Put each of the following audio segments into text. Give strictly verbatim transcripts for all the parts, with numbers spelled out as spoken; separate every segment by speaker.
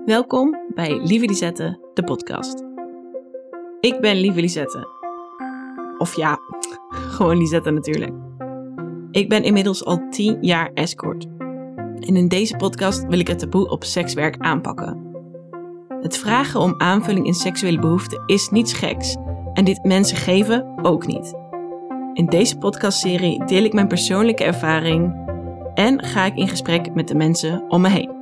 Speaker 1: Welkom bij Lieve Lisette, de podcast. Ik ben Lieve Lisette. Of ja, gewoon Lisette natuurlijk. Ik ben inmiddels al tien jaar escort. En in deze podcast wil ik het taboe op sekswerk aanpakken. Het vragen om aanvulling in seksuele behoeften is niets geks. En dit mensen geven ook niet. In deze podcastserie deel ik mijn persoonlijke ervaring en ga ik in gesprek met de mensen om me heen.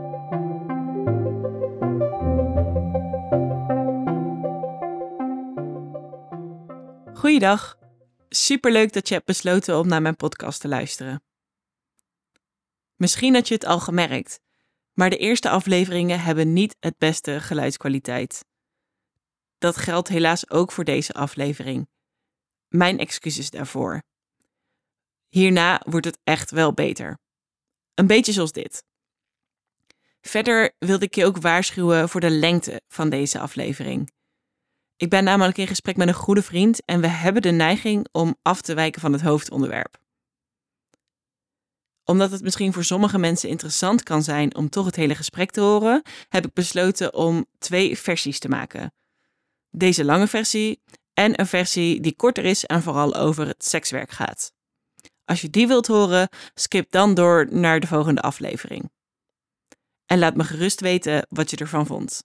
Speaker 1: Goeiedag. Superleuk dat je hebt besloten om naar mijn podcast te luisteren. Misschien had je het al gemerkt, maar de eerste afleveringen hebben niet het beste geluidskwaliteit. Dat geldt helaas ook voor deze aflevering. Mijn excuses daarvoor. Hierna wordt het echt wel beter. Een beetje zoals dit. Verder wilde ik je ook waarschuwen voor de lengte van deze aflevering. Ik ben namelijk in gesprek met een goede vriend en we hebben de neiging om af te wijken van het hoofdonderwerp. Omdat het misschien voor sommige mensen interessant kan zijn om toch het hele gesprek te horen, heb ik besloten om twee versies te maken. Deze lange versie en een versie die korter is en vooral over het sekswerk gaat. Als je die wilt horen, skip dan door naar de volgende aflevering. En laat me gerust weten wat je ervan vond.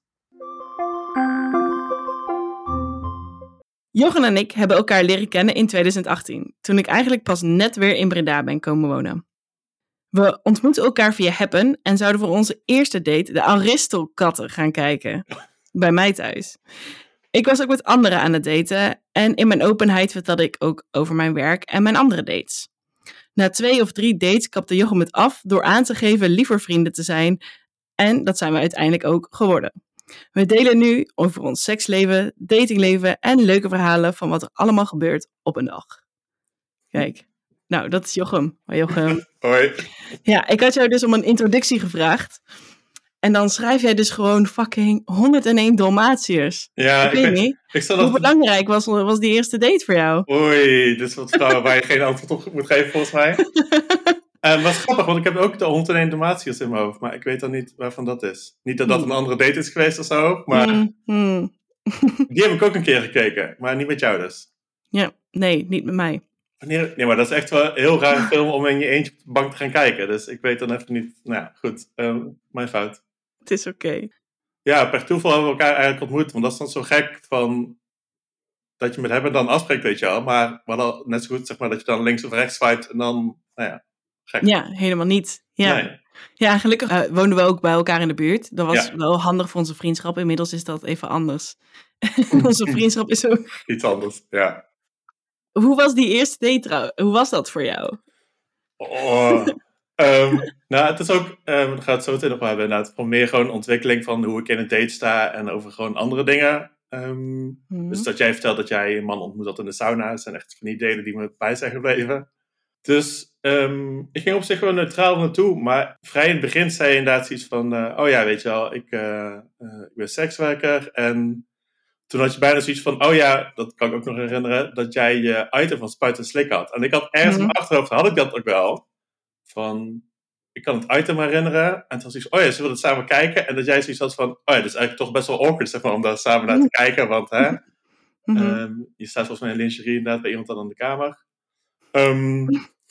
Speaker 1: Jochem en ik hebben elkaar leren kennen in twintig achttien, toen ik eigenlijk pas net weer in Breda ben komen wonen. We ontmoetten elkaar via Happen en zouden voor onze eerste date de Aristelkatten gaan kijken. Bij mij thuis. Ik was ook met anderen aan het daten en in mijn openheid vertelde ik ook over mijn werk en mijn andere dates. Na twee of drie dates kapte Jochem het af door aan te geven liever vrienden te zijn en dat zijn we uiteindelijk ook geworden. We delen nu over ons seksleven, datingleven en leuke verhalen van wat er allemaal gebeurt op een dag. Kijk, nou dat is Jochem. Hoi Jochem.
Speaker 2: Hoi.
Speaker 1: Ja, ik had jou dus om een introductie gevraagd. En dan schrijf jij dus gewoon fucking honderdéén Dalmatiërs.
Speaker 2: Ja,
Speaker 1: ik weet
Speaker 2: ik,
Speaker 1: niet.
Speaker 2: Ik
Speaker 1: Hoe
Speaker 2: dat...
Speaker 1: belangrijk was, was die eerste date voor jou?
Speaker 2: Oei, dit is wat vrouwen waar je geen antwoord op moet geven volgens mij. uh, wat grappig, want ik heb ook de honderdéén Dalmatiërs in mijn hoofd. Maar ik weet dan niet waarvan dat is. Niet dat dat een andere date is geweest of zo. Maar
Speaker 1: mm, mm.
Speaker 2: die heb ik ook een keer gekeken. Maar niet met jou dus.
Speaker 1: Ja, nee, niet met mij.
Speaker 2: Nee, nee, maar dat is echt wel een heel raar film om in je eentje op de bank te gaan kijken. Dus ik weet dan even niet. Nou ja, goed. Um, mijn fout.
Speaker 1: Het is oké. Okay.
Speaker 2: Ja, per toeval hebben we elkaar eigenlijk ontmoet. Want dat is dan zo gek van dat je met hem dan afspreekt, weet je wel. Maar, maar dan net zo goed zeg maar, dat je dan links of rechts swipe en dan, nou ja, gek.
Speaker 1: Ja, helemaal niet. Ja,
Speaker 2: nee.
Speaker 1: Ja gelukkig uh, woonden we ook bij elkaar in de buurt. Dat was
Speaker 2: ja.
Speaker 1: wel handig voor onze vriendschap. Inmiddels is dat even anders. Onze vriendschap is ook...
Speaker 2: Iets anders, ja.
Speaker 1: Hoe was die eerste date trouw? Hoe was dat voor jou?
Speaker 2: Oh... Um, nou, het is ook, um, daar gaat het zo meteen nog wel hebben, inderdaad, gewoon meer gewoon ontwikkeling van hoe ik in een date sta en over gewoon andere dingen. Um, hmm. Dus dat jij vertelt dat jij een man ontmoet had in de sauna, dat zijn echt van die delen die me bij zijn gebleven. Dus um, ik ging op zich gewoon neutraal naartoe, maar vrij in het begin zei je inderdaad iets van, uh, oh ja, weet je wel, ik, uh, uh, ik ben sekswerker en toen had je bijna zoiets van, oh ja, dat kan ik ook nog herinneren, dat jij je item van Spuit en Slik had. En ik had ergens hmm. in mijn achterhoofd, had ik dat ook wel. Van, ik kan het item herinneren. En toen was ik oh ja, zullen we dat samen kijken? En dat jij zoiets had van, oh ja, dat is eigenlijk toch best wel awkward, zeg maar, om daar samen naar te kijken. Want, hè, mm-hmm. um, je staat volgens mij in lingerie inderdaad bij iemand dan in de kamer. Um,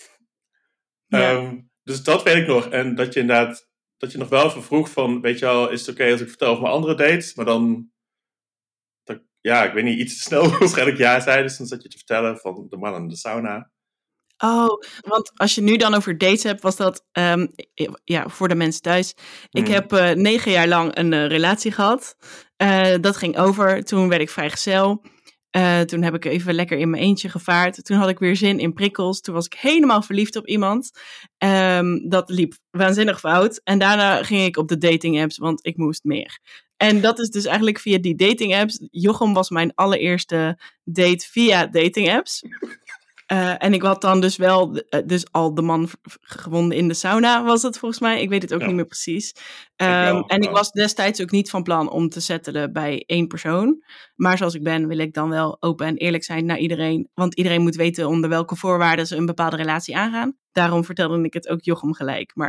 Speaker 2: ja. um, dus dat weet ik nog. En dat je inderdaad, dat je nog wel even vroeg van, weet je wel, is het oké okay als ik vertel over mijn andere dates? Maar dan, dat, ja, ik weet niet, iets te snel waarschijnlijk ja zei. Dus dan zat je te vertellen van de man in de sauna.
Speaker 1: Oh, want als je nu dan over dates hebt, was dat, um, ja, voor de mensen thuis. Ik hmm. heb uh, negen jaar lang een uh, relatie gehad. Uh, dat ging over. Toen werd ik vrijgezel. Uh, toen heb ik even lekker in mijn eentje gevaard. Toen had ik weer zin in prikkels. Toen was ik helemaal verliefd op iemand. Um, dat liep waanzinnig fout. En daarna ging ik op de dating apps, want ik moest meer. En dat is dus eigenlijk via die dating apps. Jochem was mijn allereerste date via dating apps. Uh, en ik had dan dus wel, uh, dus al de man v- gewonnen in de sauna was het volgens mij. Ik weet het ook ja. niet meer precies. Um, ik wel, en wel. Ik was destijds ook niet van plan om te settelen bij één persoon. Maar zoals ik ben, wil ik dan wel open en eerlijk zijn naar iedereen. Want iedereen moet weten onder welke voorwaarden ze een bepaalde relatie aangaan. Daarom vertelde ik het ook Jochem gelijk. Maar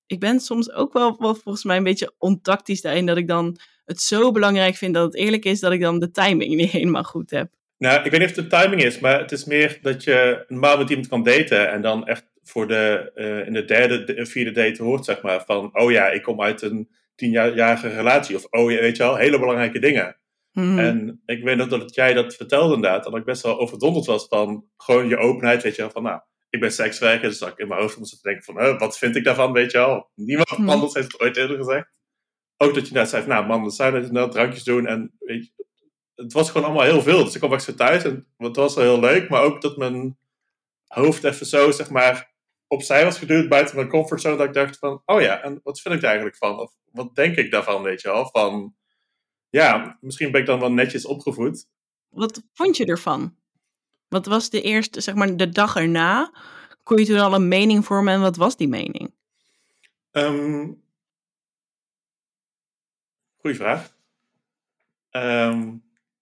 Speaker 1: ik ben soms ook wel, wel volgens mij een beetje ontactisch daarin, dat ik dan het zo belangrijk vind dat het eerlijk is, dat ik dan de timing niet helemaal goed heb.
Speaker 2: Nou, ik weet niet of het de timing is, maar het is meer dat je normaal met iemand kan daten en dan echt voor de, uh, in de derde, de, vierde date hoort, zeg maar, van, oh ja, ik kom uit een tienjarige relatie, of oh ja, weet je wel, hele belangrijke dingen. Mm-hmm. En ik weet nog dat jij dat vertelde inderdaad, dat ik best wel overdonderd was van gewoon je openheid, weet je wel, van nou, ik ben sekswerker, dus dat ik in mijn hoofd moest te denken van, uh, wat vind ik daarvan, weet je wel. Niemand mm-hmm. anders heeft het ooit eerder gezegd. Ook dat je net zei van, nou man, dat zijn we inderdaad drankjes doen en weet je, het was gewoon allemaal heel veel. Dus ik kwam echt zo thuis en het was wel heel leuk. Maar ook dat mijn hoofd even zo, zeg maar, opzij was geduwd buiten mijn comfortzone. Dat ik dacht van, oh ja, en wat vind ik daar eigenlijk van? Of wat denk ik daarvan, weet je wel? Van, ja, misschien ben ik dan wel netjes opgevoed.
Speaker 1: Wat vond je ervan? Wat was de eerste, zeg maar, de dag erna? Kon je toen al een mening vormen en wat was die mening?
Speaker 2: Um, goeie vraag. Um,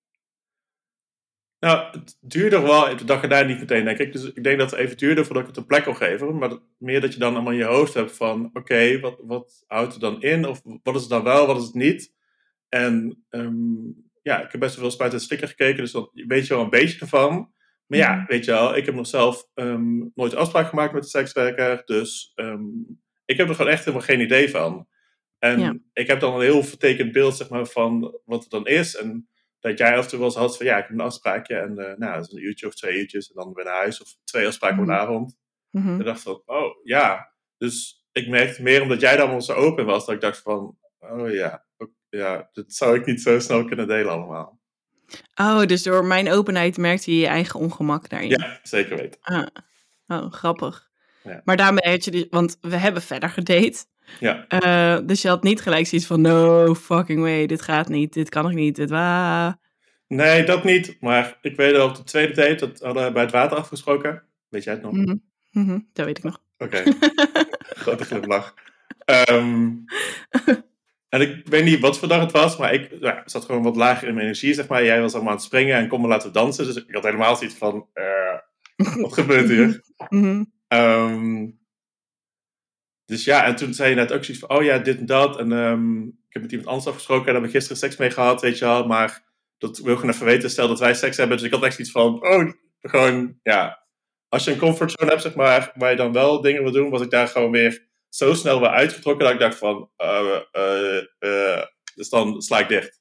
Speaker 2: Nou, het duurde wel de dag erna niet meteen, denk ik. Dus ik denk dat het even duurde voordat ik het een plek kon geven. Maar dat, meer dat je dan allemaal in je hoofd hebt van... Oké, okay, wat, wat houdt er dan in? Of wat is het dan wel, wat is het niet? En um, ja, ik heb best wel veel spuit en sticker gekeken. Dus dan weet je wel een beetje ervan. Maar ja, mm. weet je wel, ik heb nog zelf um, nooit afspraak gemaakt met de sekswerker. Dus um, ik heb er gewoon echt helemaal geen idee van. En ja. ik heb dan een heel vertekend beeld, zeg maar, van wat het dan is. En... dat jij af en toe wel eens had van ja, ik heb een afspraakje en uh, nou, dat is een uurtje of twee uurtjes en dan weer naar huis of twee afspraken mm-hmm. op de avond. Mm-hmm. En dacht van, oh ja. Dus ik merkte meer omdat jij dan wel zo open was, dat ik dacht van, oh ja, ja, dat zou ik niet zo snel kunnen delen allemaal.
Speaker 1: Oh, dus door mijn openheid merkte je je eigen ongemak daarin?
Speaker 2: Ja, zeker weten.
Speaker 1: Ah. Oh, grappig. Ja. Maar daarmee had je dus, want we hebben verder gedate.
Speaker 2: Ja.
Speaker 1: Uh, dus je had niet gelijk zoiets van, no fucking way, dit gaat niet, dit kan ik niet, dit wa.
Speaker 2: Nee, dat niet. Maar ik weet wel op de tweede date, dat hadden we bij het water afgesproken. Weet jij het nog?
Speaker 1: Mm-hmm. Mm-hmm. Dat weet ik nog.
Speaker 2: Oké. Okay. Grote glimlach. Um, en ik weet niet wat voor dag het was, maar ik ja, zat gewoon wat lager in mijn energie, zeg maar. Jij was allemaal aan het springen en kon me laten dansen. Dus ik had helemaal zoiets van, uh, wat gebeurt hier?
Speaker 1: Mm-hmm.
Speaker 2: Um, dus ja, en toen zei je net ook zoiets van, oh ja, dit en dat. En um, ik heb met iemand anders afgesproken en daar hebben we gisteren seks mee gehad, weet je wel. Maar dat wil ik gewoon even weten, stel dat wij seks hebben. Dus ik had echt iets van, oh, gewoon, ja. Als je een comfortzone hebt, zeg maar, waar je dan wel dingen wil doen, was ik daar gewoon weer zo snel weer uitgetrokken dat ik dacht van, uh, uh, uh, dus dan sla ik dicht.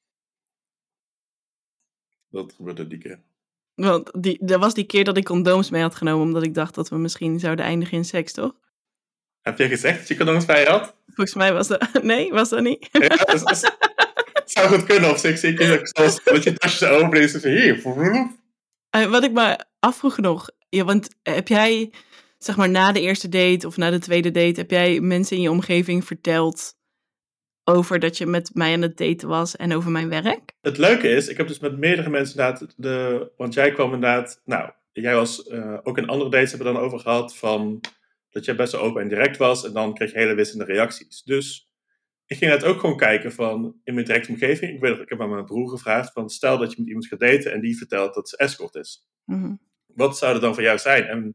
Speaker 2: Dat gebeurde die keer.
Speaker 1: Want die, dat was die keer dat ik condooms mee had genomen, omdat ik dacht dat we misschien zouden eindigen in seks, toch?
Speaker 2: Heb je gezegd dat je condooms bij je had?
Speaker 1: Volgens mij was dat... Nee, was dat niet?
Speaker 2: Ja, dus, dus, het zou goed kunnen. Of zie ik je zoals dat je tasjes openleest en zo hier.
Speaker 1: Uh, wat ik me afvroeg nog... Ja, want heb jij, zeg maar, na de eerste date of na de tweede date... heb jij mensen in je omgeving verteld over dat je met mij aan het daten was en over mijn werk?
Speaker 2: Het leuke is, ik heb dus met meerdere mensen inderdaad... De, want jij kwam inderdaad... Nou, jij was uh, ook in andere dates hebben we dan over gehad van... dat jij best wel open en direct was en dan kreeg je hele wisselende reacties. Dus ik ging net ook gewoon kijken van in mijn directe omgeving. Ik, weet, ik heb aan mijn broer gevraagd van stel dat je met iemand gaat daten en die vertelt dat ze escort is.
Speaker 1: Mm-hmm.
Speaker 2: Wat zou er dan voor jou zijn? En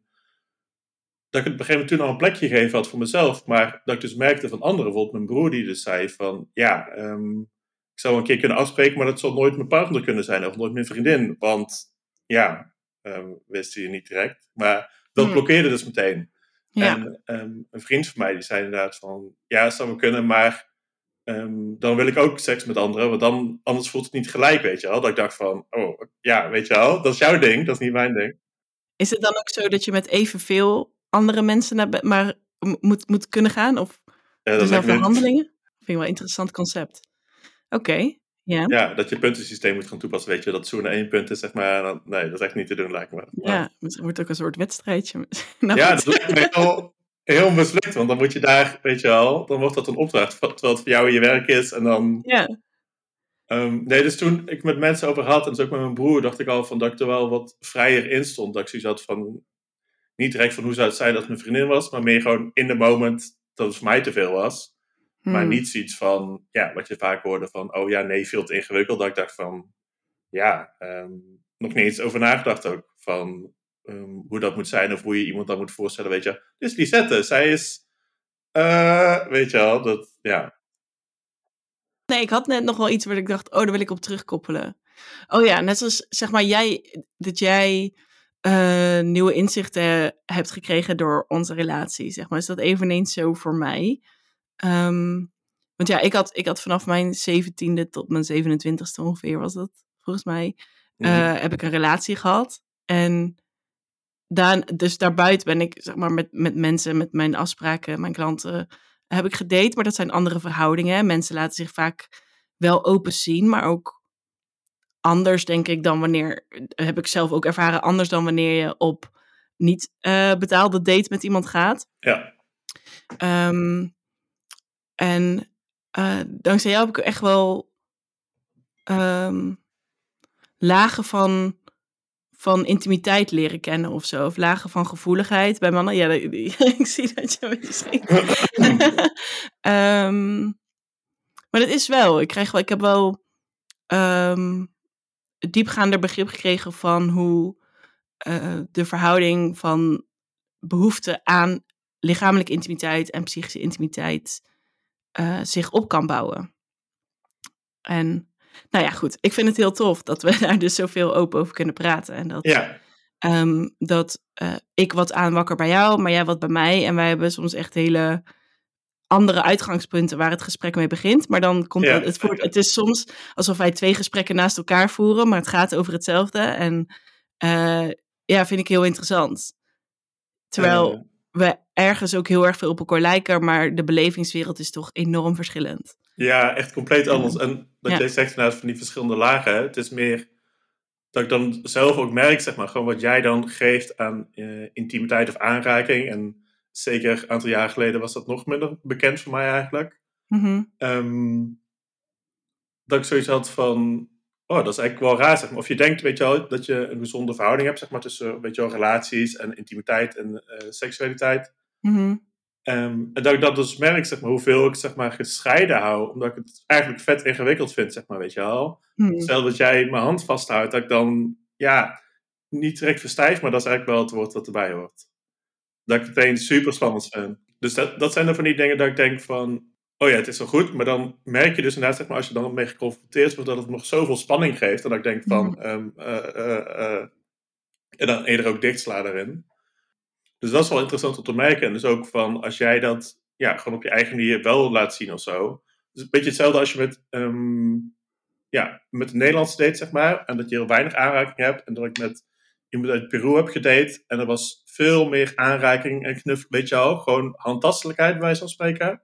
Speaker 2: dat ik het op een gegeven moment toen al een plekje gegeven had voor mezelf, maar dat ik dus merkte van anderen, bijvoorbeeld mijn broer die dus zei van ja, um, ik zou een keer kunnen afspreken, maar dat zal nooit mijn partner kunnen zijn of nooit mijn vriendin, want ja, um, wist hij niet direct. Maar dat mm. blokkeerde dus meteen. Ja. En um, een vriend van mij die zei inderdaad van ja, dat zou wel kunnen, maar um, dan wil ik ook seks met anderen, want dan, anders voelt het niet gelijk, weet je wel. Dat ik dacht van, oh ja, weet je wel, dat is jouw ding, dat is niet mijn ding.
Speaker 1: Is het dan ook zo dat je met evenveel andere mensen naar be- maar moet, moet kunnen gaan? Of ja, er zijn verhandelingen? Dat vind ik wel een interessant concept. Oké, okay. Ja.
Speaker 2: Ja, dat je puntensysteem moet gaan toepassen, weet je, dat zoen één punt is, zeg maar, dan, nee, dat is echt niet te doen, lijkt me. Maar...
Speaker 1: Ja, het wordt ook een soort wedstrijdje. Nou,
Speaker 2: ja, dat lijkt me heel, heel mislukt, want dan moet je daar, weet je wel, dan wordt dat een opdracht, terwijl het voor jou je werk is, en dan...
Speaker 1: Ja.
Speaker 2: Um, nee, dus toen ik met mensen over had, en dus ook met mijn broer, dacht ik al van dat ik er wel wat vrijer in stond, dat ik zoiets had van, niet direct van hoe zou het zijn dat het mijn vriendin was, maar meer gewoon in de moment dat het voor mij te veel was. Hmm. Maar niet zoiets van, ja, wat je vaak hoorde van, oh ja, nee, veel te ingewikkeld. Dat ik dacht van, ja, um, nog niet eens over nagedacht ook. Van um, hoe dat moet zijn of hoe je iemand dan moet voorstellen, weet je. Dus Lisette, zij is Uh, weet je wel, dat, ja.
Speaker 1: Nee, ik had net nog wel iets waar ik dacht, oh, daar wil ik op terugkoppelen. Oh ja, net zoals, zeg maar, jij, dat jij uh, nieuwe inzichten hebt gekregen door onze relatie, zeg maar. Is dat eveneens zo voor mij? Um, want ja, ik had, ik had vanaf mijn zeventiende tot mijn zevenentwintigste ongeveer, was dat volgens mij, uh, mm-hmm. heb ik een relatie gehad. En daar, dus daarbuiten ben ik, zeg maar, met, met mensen, met mijn afspraken, mijn klanten, heb ik gedate, maar dat zijn andere verhoudingen. Mensen laten zich vaak wel open zien, maar ook anders, denk ik, dan wanneer, heb ik zelf ook ervaren, anders dan wanneer je op niet uh, betaalde date met iemand gaat.
Speaker 2: Ja.
Speaker 1: Um, en uh, dankzij jou heb ik echt wel um, lagen van, van intimiteit leren kennen of zo. Of lagen van gevoeligheid bij mannen. Ja, die, die, ik zie dat je een beetje schrikt. um, maar dat is wel. Ik, krijg wel, ik heb wel um, diepgaander begrip gekregen van hoe uh, de verhouding van behoefte aan lichamelijke intimiteit en psychische intimiteit uh, zich op kan bouwen. En nou ja, goed. Ik vind het heel tof dat we daar dus zoveel open over kunnen praten. En dat,
Speaker 2: ja.
Speaker 1: um, dat uh, ik wat aanwakker bij jou, maar jij wat bij mij. En wij hebben soms echt hele andere uitgangspunten waar het gesprek mee begint. Maar dan komt ja. het, het voort. Het is soms alsof wij twee gesprekken naast elkaar voeren, maar het gaat over hetzelfde. En uh, ja, vind ik heel interessant. Terwijl uh. we ergens ook heel erg veel op elkaar lijken, maar de belevingswereld is toch enorm verschillend.
Speaker 2: Ja, echt compleet anders. En dat ja. jij zegt inderdaad van die verschillende lagen. Het is meer dat ik dan zelf ook merk, zeg maar, gewoon wat jij dan geeft aan uh, intimiteit of aanraking. En zeker een aantal jaar geleden was dat nog minder bekend voor mij eigenlijk.
Speaker 1: Mm-hmm.
Speaker 2: Um, dat ik zoiets had van, oh, dat is eigenlijk wel raar, zeg maar. Of je denkt, weet je wel, dat je een gezonde verhouding hebt, zeg maar, tussen, weet je wel, relaties en intimiteit en uh, seksualiteit.
Speaker 1: Mm-hmm.
Speaker 2: Um, en dat ik dat dus merk, zeg maar, hoeveel ik, zeg maar, gescheiden hou. Omdat ik het eigenlijk vet ingewikkeld vind, zeg maar, weet je wel.
Speaker 1: Mm-hmm.
Speaker 2: Stel dat jij mijn hand vasthoudt, dat ik dan, ja, niet direct verstijf, maar dat is eigenlijk wel het woord wat erbij hoort. Dat ik het meteen super spannend vind. Dus dat, dat zijn dan van die dingen dat ik denk van, oh ja, het is wel goed. Maar dan merk je dus inderdaad, zeg maar, als je dan mee geconfronteerd wordt, dat het nog zoveel spanning geeft. En dat ik denk van, mm-hmm. um, uh, uh, uh, en dan eerder ook dichtsla daarin. Dus dat is wel interessant om te merken. En dus ook van, als jij dat ja, gewoon op je eigen manier wel laat zien of zo. Dus een beetje hetzelfde als je met, um, ja, met een Nederlandse date, zeg maar. En dat je heel weinig aanraking hebt. En dat ik met iemand uit Peru heb gedate. En er was veel meer aanraking en knuffel. Weet je al, gewoon handtastelijkheid bij wijze van spreken.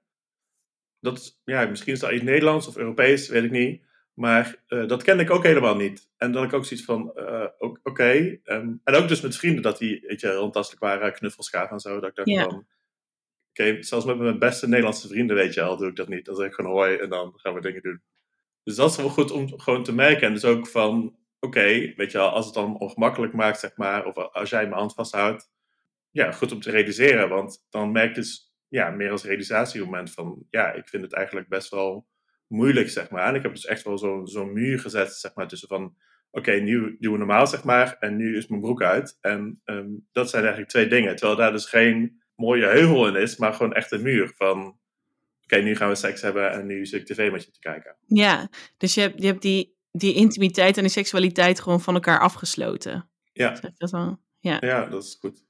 Speaker 2: Dat is, ja, misschien is dat iets Nederlands of Europees, weet ik niet. Maar uh, dat kende ik ook helemaal niet. En dat ik ook zoiets van, uh, oké. Okay. Um, en ook dus met vrienden dat die, weet je, handtastelijk waren, knuffels gaven en zo. Dat ik dacht ja. van, oké, okay, zelfs met mijn beste Nederlandse vrienden, weet je al, doe ik dat niet. Dan zeg ik gewoon hoi en dan gaan we dingen doen. Dus dat is wel goed om gewoon te merken. En dus ook van, oké, okay, weet je wel, als het dan ongemakkelijk maakt, zeg maar, of als jij mijn hand vasthoudt, ja, goed om te realiseren. Want dan merk je dus, ja, meer als realisatiemoment van, ja, ik vind het eigenlijk best wel moeilijk, zeg maar. En ik heb dus echt wel zo'n zo'n muur gezet, zeg maar, tussen van, oké, okay, nu doen we normaal, zeg maar, en nu is mijn broek uit. En um, dat zijn eigenlijk twee dingen. Terwijl daar dus geen mooie heuvel in is, maar gewoon echt een muur van, oké, okay, nu gaan we seks hebben en nu zit ik tv met je te kijken.
Speaker 1: Ja, dus je hebt, je hebt die, die intimiteit en die seksualiteit gewoon van elkaar afgesloten.
Speaker 2: Ja.
Speaker 1: Zeg dat dan? Ja.
Speaker 2: Ja, dat is goed.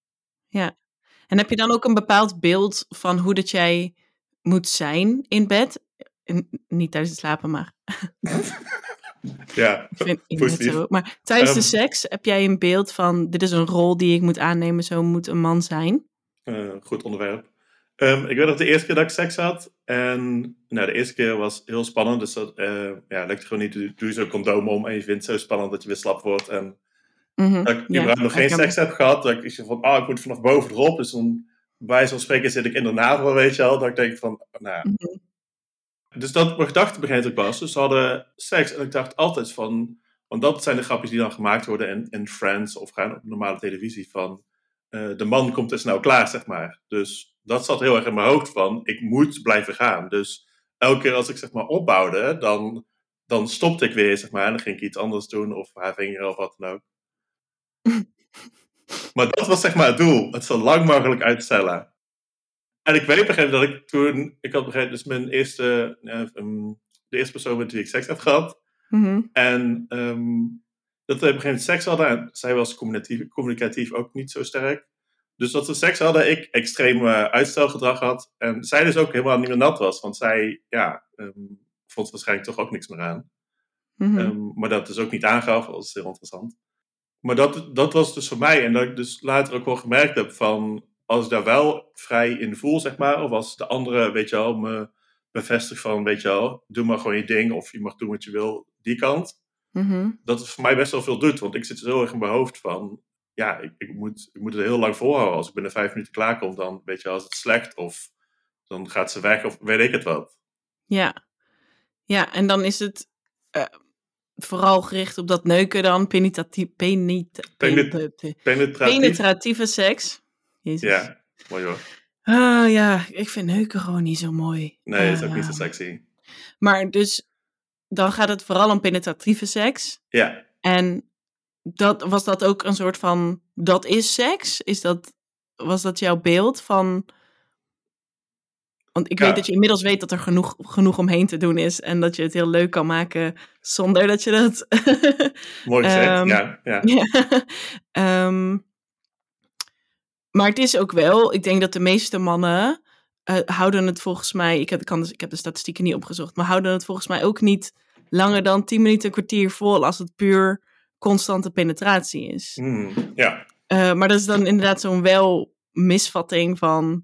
Speaker 1: Ja. En heb je dan ook een bepaald beeld van hoe dat jij moet zijn in bed? En niet tijdens het slapen, maar...
Speaker 2: ja,
Speaker 1: vind ik zo. Maar tijdens um, de seks heb jij een beeld van... dit is een rol die ik moet aannemen, zo moet een man zijn?
Speaker 2: Uh, goed onderwerp. Um, ik weet nog de eerste keer dat ik seks had. En nou, de eerste keer was heel spannend. Dus dat uh, ja, lukt gewoon niet. Doe je zo'n condoom om en je vindt het zo spannend dat je weer slap wordt. En
Speaker 1: mm-hmm.
Speaker 2: dat ik
Speaker 1: ja,
Speaker 2: überhaupt nog geen seks heb gehad. Dat ik zeg van, ah, oh, ik moet vanaf boven erop. Dus dan bij wijze van spreken zit ik in de navel, weet je wel. Dat ik denk van, nou
Speaker 1: mm-hmm.
Speaker 2: Dus dat mijn gedachte begint ook pas. Dus ze hadden seks en ik dacht altijd van... Want dat zijn de grapjes die dan gemaakt worden in, in Friends of gaan op normale televisie van... Uh, de man komt er snel klaar, zeg maar. Dus dat zat heel erg in mijn hoofd van... Ik moet blijven gaan. Dus elke keer als ik zeg maar opbouwde, dan, dan stopte ik weer, zeg maar. En dan ging ik iets anders doen of haar vinger of wat dan ook. Maar dat was zeg maar het doel. Het zo lang mogelijk uitstellen. En ik weet op een gegeven moment dat ik toen... Ik had op een gegeven moment dus mijn eerste... Uh, um, de eerste persoon met wie ik seks heb gehad.
Speaker 1: Mm-hmm.
Speaker 2: En um, dat we op een gegeven moment seks hadden. En zij was communicatief, communicatief ook niet zo sterk. Dus dat we seks hadden, ik extreem uh, uitstelgedrag had. En zij dus ook helemaal niet meer nat was. Want zij, ja, um, vond waarschijnlijk toch ook niks meer aan.
Speaker 1: Mm-hmm.
Speaker 2: Um, maar dat dus ook niet aangaf. Dat was heel interessant. Maar dat, dat was dus voor mij. En dat ik dus later ook wel gemerkt heb van... Als ik daar wel vrij in voel, zeg maar. Of als de andere, weet je wel, me bevestigt van... Weet je wel, doe maar gewoon je ding. Of je mag doen wat je wil, die kant.
Speaker 1: Mm-hmm.
Speaker 2: Dat het voor mij best wel veel doet. Want ik zit zo erg in mijn hoofd van... Ja, ik, ik, moet, ik moet het heel lang volhouden. Als ik binnen vijf minuten klaar kom, dan weet je wel, als het slecht. Of dan gaat ze weg, of weet ik het wat.
Speaker 1: Ja. Ja, en dan is het... Uh... vooral gericht op dat neuken dan, penetratief, penet,
Speaker 2: Penet-
Speaker 1: pe, pe,
Speaker 2: penetratief.
Speaker 1: penetratieve seks. Jezus.
Speaker 2: Ja, mooi hoor.
Speaker 1: Ah ja, ik vind neuken gewoon niet zo mooi.
Speaker 2: Nee, dat is ook
Speaker 1: uh,
Speaker 2: niet zo sexy.
Speaker 1: Maar dus, dan gaat het vooral om penetratieve seks.
Speaker 2: Ja.
Speaker 1: En dat, was dat ook een soort van, dat is seks? Is dat, was dat jouw beeld van... Want ik
Speaker 2: ja.
Speaker 1: weet dat je inmiddels weet dat er genoeg, genoeg omheen te doen is. En dat je het heel leuk kan maken zonder dat je dat...
Speaker 2: Mooi gezegd, um, ja. ja.
Speaker 1: ja. um, maar het is ook wel... Ik denk dat de meeste mannen uh, houden het volgens mij... Ik heb, kan dus, ik heb de statistieken niet opgezocht. Maar houden het volgens mij ook niet langer dan tien minuten, een kwartier vol... als het puur constante penetratie is.
Speaker 2: Mm, ja.
Speaker 1: Uh, maar dat is dan inderdaad zo'n wel misvatting van...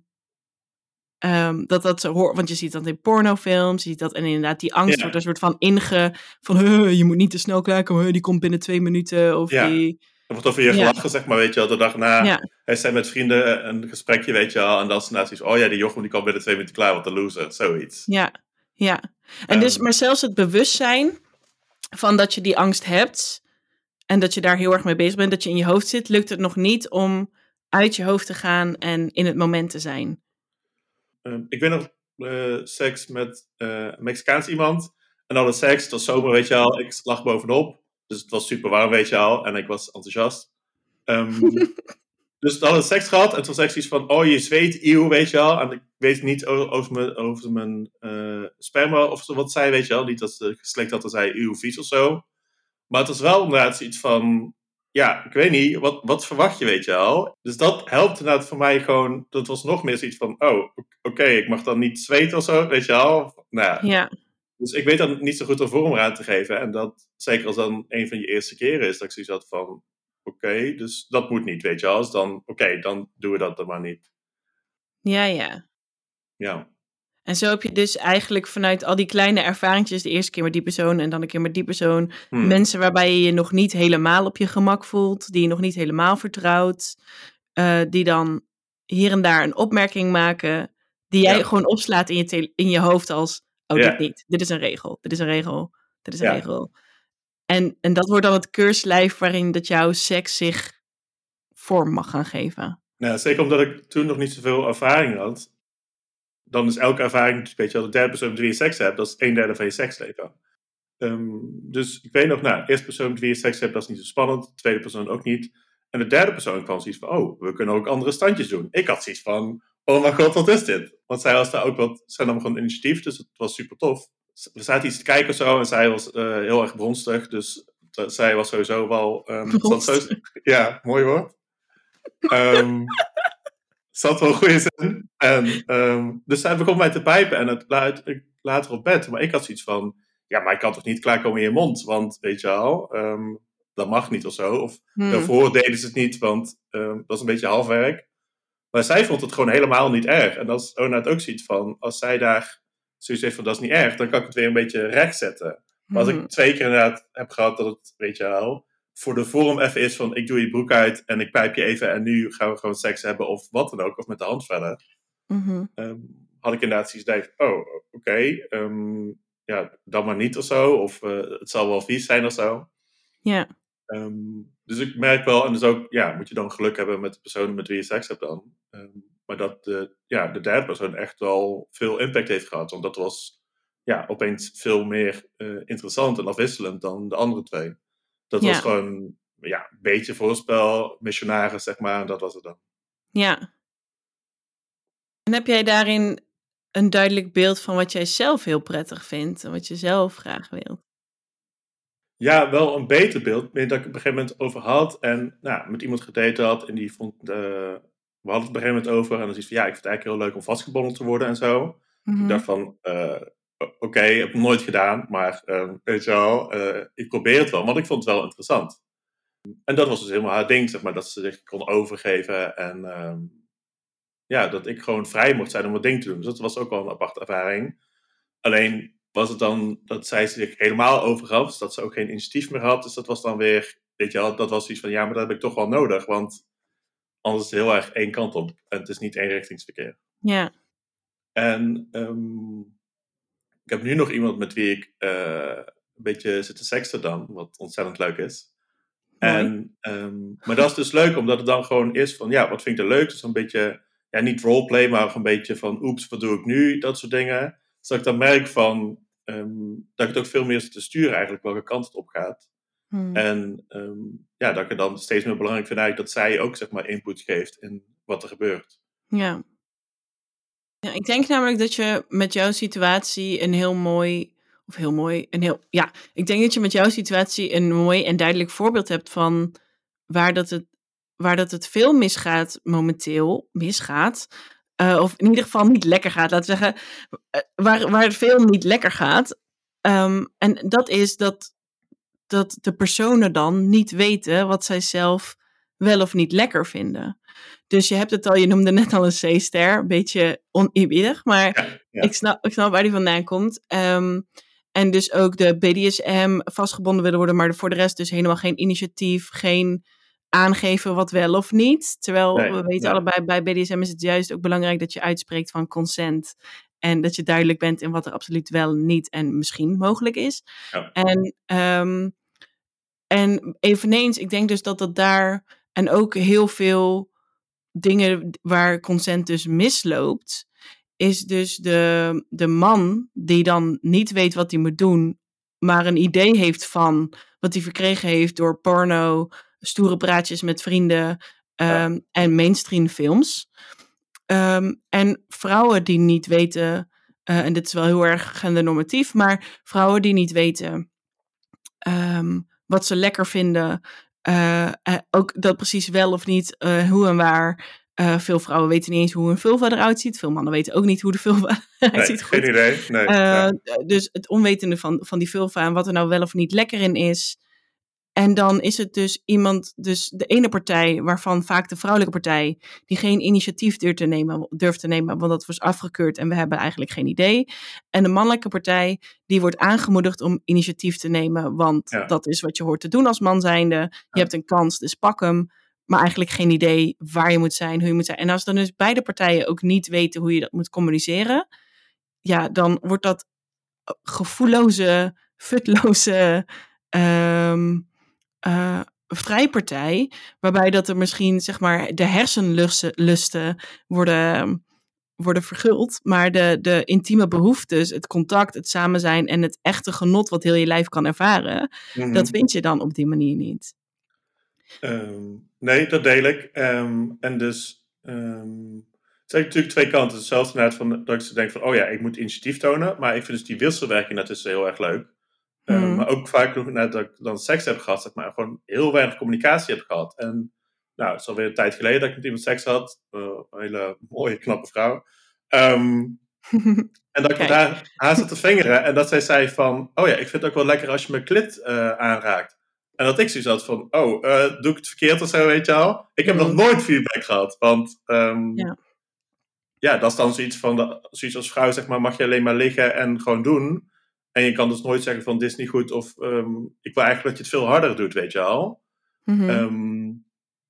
Speaker 1: Um, dat dat zo hoort, want je ziet dat in pornofilms, je ziet dat en inderdaad die angst ja. wordt een soort van inge, van huh, je moet niet te snel klaarkomen, die komt binnen twee minuten of
Speaker 2: ja.
Speaker 1: die...
Speaker 2: Er wordt over je ja. gelachen, zeg maar, weet je wel, de dag na,
Speaker 1: ja.
Speaker 2: hij zei met vrienden een gesprekje, weet je wel, en dan is het zoiets, oh ja, die Jochem die komt binnen twee minuten klaar, wat een loser, zoiets.
Speaker 1: Ja, ja. En um, dus, maar zelfs het bewustzijn van dat je die angst hebt en dat je daar heel erg mee bezig bent, dat je in je hoofd zit, lukt het nog niet om uit je hoofd te gaan en in het moment te zijn.
Speaker 2: Um, ik weet nog uh, seks met uh, een Mexicaans iemand. En dan de seks, het was zomer, weet je wel. Ik lag bovenop. Dus het was super warm, weet je wel. En ik was enthousiast. Um, dus dan hadden we seks gehad. En toen was echt zoiets van, oh je zweet, eeuw, weet je wel. En ik weet niet over, over mijn, over mijn uh, sperma of zo wat zei, weet je wel. Niet dat ze geslikt had en zei, eeuw, vies of zo. Maar het was wel inderdaad iets van... Ja, ik weet niet, wat, wat verwacht je, weet je wel? Dus dat helpt inderdaad voor mij gewoon... Dat was nog meer zoiets van... Oh, oké, okay, ik mag dan niet zweten of zo, weet je wel? Nou,
Speaker 1: ja.
Speaker 2: Dus ik weet dan niet zo goed een vorm aan te geven. En dat, zeker als dan een van je eerste keren is... Dat ik zoiets had van... Oké, okay, dus dat moet niet, weet je wel? Dus dan, oké, okay, dan doen we dat dan maar niet.
Speaker 1: Ja, ja.
Speaker 2: Ja.
Speaker 1: En zo heb je dus eigenlijk vanuit al die kleine ervaringjes... de eerste keer met die persoon en dan een keer met die persoon... Hmm. mensen waarbij je je nog niet helemaal op je gemak voelt... die je nog niet helemaal vertrouwt... Uh, die dan hier en daar een opmerking maken... die jij ja. gewoon opslaat in je, te- in je hoofd als... oh, ja. dit niet, dit is een regel, dit is een regel, dit is een ja. regel. En, en dat wordt dan het keurslijf waarin dat jouw seks zich vorm mag gaan geven.
Speaker 2: Nou, zeker omdat ik toen nog niet zoveel ervaring had... dan is elke ervaring, weet je wel, de derde persoon met wie je seks hebt, dat is een derde van je seksleven. Um, dus ik weet nog, nou, de eerste persoon met wie je seks hebt, dat is niet zo spannend. De tweede persoon ook niet. En de derde persoon kwam zoiets van, oh, we kunnen ook andere standjes doen. Ik had zoiets van, oh mijn god, wat is dit? Want zij was daar ook wat, zij nam gewoon initiatief, dus het was super tof. We zaten iets te kijken of zo en zij was uh, heel erg bronstig, dus t- zij was sowieso wel... Um, zo, ja, mooi woord. Um, zat wel goed in. En, um, dus zij begon mij te pijpen en het la- ik later op bed. Maar ik had zoiets van, ja, maar ik kan toch niet klaarkomen in je mond? Want, weet je wel, um, dat mag niet of zo. Of hmm. daarvoor deden ze het niet, want um, dat is een beetje halfwerk. Maar zij vond het gewoon helemaal niet erg. En dat is Onat ook zoiets van, als zij daar zoiets heeft van, dat is niet erg, dan kan ik het weer een beetje recht zetten. Maar als hmm. ik twee keer inderdaad heb gehad dat het, weet je wel... voor de vorm even is van, ik doe je broek uit en ik pijp je even en nu gaan we gewoon seks hebben of wat dan ook, of met de hand verder.
Speaker 1: Mm-hmm.
Speaker 2: Um, had ik inderdaad zoiets gedacht, oh, oké, okay, um, ja, dan maar niet of zo, of uh, het zal wel vies zijn of zo.
Speaker 1: Ja. Yeah.
Speaker 2: Um, dus ik merk wel, en dus ook, ja, moet je dan geluk hebben met de persoon met wie je seks hebt dan. Um, maar dat de, ja, de derde persoon echt wel veel impact heeft gehad, want dat was, ja, opeens veel meer uh, interessant en afwisselend dan de andere twee. Dat ja. was gewoon, ja, een beetje voorspel, missionaris, zeg maar, en dat was het dan.
Speaker 1: Ja. En heb jij daarin een duidelijk beeld van wat jij zelf heel prettig vindt en wat je zelf graag wilt?
Speaker 2: Ja, wel een beter beeld. Meer dat ik op een gegeven moment over had en nou, met iemand gedate had en die vond, uh, we hadden het op een gegeven moment over en dan zoiets van, ja, ik vind het eigenlijk heel leuk om vastgebonden te worden en zo. Ik dacht
Speaker 1: Mhm.
Speaker 2: van, uh, oké, okay, heb ik nog nooit gedaan, maar uh, weet je wel, uh, ik probeer het wel, want ik vond het wel interessant. En dat was dus helemaal haar ding, zeg maar, dat ze zich kon overgeven en uh, ja, dat ik gewoon vrij mocht zijn om het ding te doen. Dus dat was ook wel een aparte ervaring. Alleen was het dan dat zij zich helemaal overgaf, dus dat ze ook geen initiatief meer had. Dus dat was dan weer, weet je wel, dat was iets van, ja, maar dat heb ik toch wel nodig, want anders is het heel erg één kant op. En het is niet eenrichtingsverkeer.
Speaker 1: Ja.
Speaker 2: En um, ik heb nu nog iemand met wie ik uh, een beetje zit te seksen dan, wat ontzettend leuk is.
Speaker 1: Mooi.
Speaker 2: En, um, maar dat is dus leuk, omdat het dan gewoon is van, ja, wat vind ik er leuk? Dus een beetje, ja, niet roleplay, maar een beetje van, oeps, wat doe ik nu? Dat soort dingen. Dus dat ik dan merk van, um, dat ik het ook veel meer zit te sturen eigenlijk, welke kant het op gaat.
Speaker 1: Hmm.
Speaker 2: En um, ja, dat ik het dan steeds meer belangrijk vind eigenlijk dat zij ook, zeg maar, input geeft in wat er gebeurt.
Speaker 1: Ja. Ja, ik denk namelijk dat je met jouw situatie een heel mooi, of heel mooi, een heel, ja, ik denk dat je met jouw situatie een mooi en duidelijk voorbeeld hebt van waar dat het, waar dat het veel misgaat momenteel, misgaat, uh, of in ieder geval niet lekker gaat, laten we zeggen, uh, waar, waar het veel niet lekker gaat. Um, en dat is dat, dat de personen dan niet weten wat zij zelf wel of niet lekker vinden. Dus je hebt het al, je noemde net al een C-ster, een beetje oneerbiedig, maar
Speaker 2: Ja, ja.
Speaker 1: ik, snap, ik snap waar die vandaan komt. Um, en dus ook de B D S M vastgebonden willen worden, maar voor de rest dus helemaal geen initiatief, geen aangeven wat wel of niet. Terwijl
Speaker 2: Nee,
Speaker 1: we weten
Speaker 2: nee.
Speaker 1: allebei, bij B D S M is het juist ook belangrijk dat je uitspreekt van consent. En dat je duidelijk bent in wat er absoluut wel niet en misschien mogelijk is.
Speaker 2: Ja.
Speaker 1: En, um, en eveneens, ik denk dus dat dat daar, en ook heel veel dingen waar consent dus misloopt, is dus de, de man die dan niet weet wat hij moet doen, maar een idee heeft van wat hij verkregen heeft door porno, stoere praatjes met vrienden um,
Speaker 2: Ja.
Speaker 1: en mainstream films. Um, en vrouwen die niet weten, uh, en dit is wel heel erg gendernormatief, maar vrouwen die niet weten um, wat ze lekker vinden, uh, uh, ook dat precies wel of niet, uh, hoe en waar. Uh, veel vrouwen weten niet eens hoe een vulva eruit ziet. Veel mannen weten ook niet hoe de vulva eruit
Speaker 2: Nee,
Speaker 1: ziet.
Speaker 2: geen
Speaker 1: Goed.
Speaker 2: idee. Nee,
Speaker 1: Uh,
Speaker 2: ja.
Speaker 1: Dus het onwetende van, van die vulva en wat er nou wel of niet lekker in is. En dan is het dus iemand, dus de ene partij, waarvan vaak de vrouwelijke partij, die geen initiatief durft te nemen, durft te nemen, want dat was afgekeurd en we hebben eigenlijk geen idee. En de mannelijke partij, die wordt aangemoedigd om initiatief te nemen, want
Speaker 2: Ja.
Speaker 1: dat is wat je hoort te doen als man zijnde. Je
Speaker 2: Ja.
Speaker 1: hebt een kans, dus pak hem. Maar eigenlijk geen idee waar je moet zijn, hoe je moet zijn. En als dan dus beide partijen ook niet weten hoe je dat moet communiceren, ja, dan wordt dat gevoelloze, futloze um, uh, vrijpartij, waarbij dat er misschien, zeg maar, de hersenlusten worden, worden verguld, maar de, de intieme behoeftes, het contact, het samen zijn en het echte genot wat heel je lijf kan ervaren,
Speaker 2: Mm-hmm.
Speaker 1: dat vind je dan op die manier niet.
Speaker 2: Um, nee, dat deel ik. Um, en dus, um, het zijn natuurlijk twee kanten. Hetzelfde net van dat ik ze denk van, oh ja, ik moet initiatief tonen. Maar ik vind dus die wisselwerking daartussen heel erg leuk. Um, hmm. Maar ook vaak nog net dat ik dan seks heb gehad, zeg maar, gewoon heel weinig communicatie heb gehad. En nou, het is alweer een tijd geleden dat ik met iemand seks had. Uh, een hele mooie, knappe vrouw. Um, en dat ik met haar, haar zat te vingeren. En dat zij zei van, oh ja, ik vind het ook wel lekker als je mijn klit uh, aanraakt. En dat ik zoiets had van, oh, uh, doe ik het verkeerd of zo, weet je wel? Ik heb mm. nog nooit feedback gehad. Want um, ja. ja, dat is dan zoiets van, de, zoiets als vrouw, zeg maar, mag je alleen maar liggen en gewoon doen. En je kan dus nooit zeggen van, dit is niet goed. Of um, ik wil eigenlijk dat je het veel harder doet, weet je wel. Mm-hmm. Um,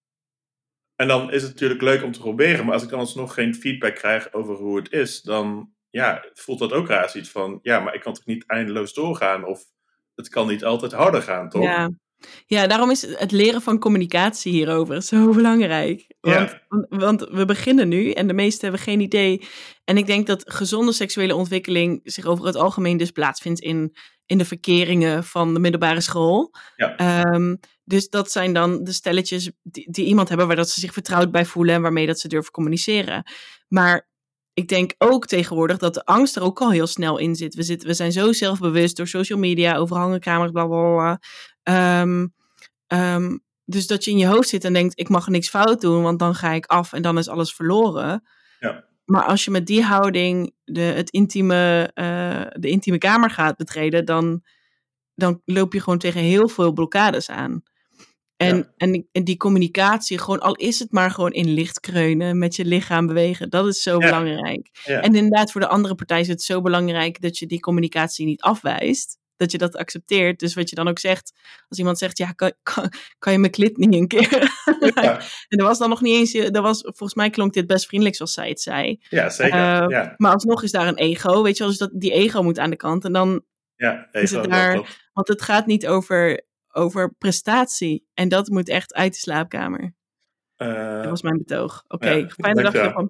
Speaker 2: en dan is het natuurlijk leuk om te proberen. Maar als ik dan alsnog geen feedback krijg over hoe het is, dan ja, voelt dat ook raar. Zoiets van, ja, maar ik kan toch niet eindeloos doorgaan? Of het kan niet altijd harder gaan, toch?
Speaker 1: Ja. Ja, daarom is het leren van communicatie hierover zo belangrijk. Want,
Speaker 2: ja.
Speaker 1: want we beginnen nu en de meesten hebben geen idee. En ik denk dat gezonde seksuele ontwikkeling zich over het algemeen dus plaatsvindt in, in de verkeringen van de middelbare school.
Speaker 2: Ja.
Speaker 1: Um, dus dat zijn dan de stelletjes die, die iemand hebben waar dat ze zich vertrouwd bij voelen en waarmee dat ze durven communiceren. Maar ik denk ook tegenwoordig dat de angst er ook al heel snel in zit. We, zitten, we zijn zo zelfbewust door social media, overhangen camera's, bla bla bla. Um, um, dus dat je in je hoofd zit en denkt, ik mag niks fout doen, want dan ga ik af en dan is alles verloren.
Speaker 2: Ja.
Speaker 1: Maar als je met die houding de, het intieme, uh, de intieme kamer gaat betreden, dan, dan loop je gewoon tegen heel veel blokkades aan. En, ja. en, en die communicatie, gewoon, al is het maar gewoon in licht kreunen, met je lichaam bewegen, dat is zo ja. belangrijk. Ja. En inderdaad, voor de andere partij is het zo belangrijk dat je die communicatie niet afwijst. Dat je dat accepteert. Dus wat je dan ook zegt, als iemand zegt, ja, kan, kan, kan je mijn klit niet een keer? Ja. En er was dan nog niet eens, er was, volgens mij klonk dit best vriendelijk zoals zij het zei.
Speaker 2: Ja, zeker. Uh, ja.
Speaker 1: Maar alsnog is daar een ego, weet je wel, dus dat, die ego moet aan de kant. En dan
Speaker 2: ja, ego,
Speaker 1: is het daar, want het gaat niet over... over prestatie. En dat moet echt uit de slaapkamer. Uh, dat was mijn betoog. Oké, okay, ja, fijne dag. Johan.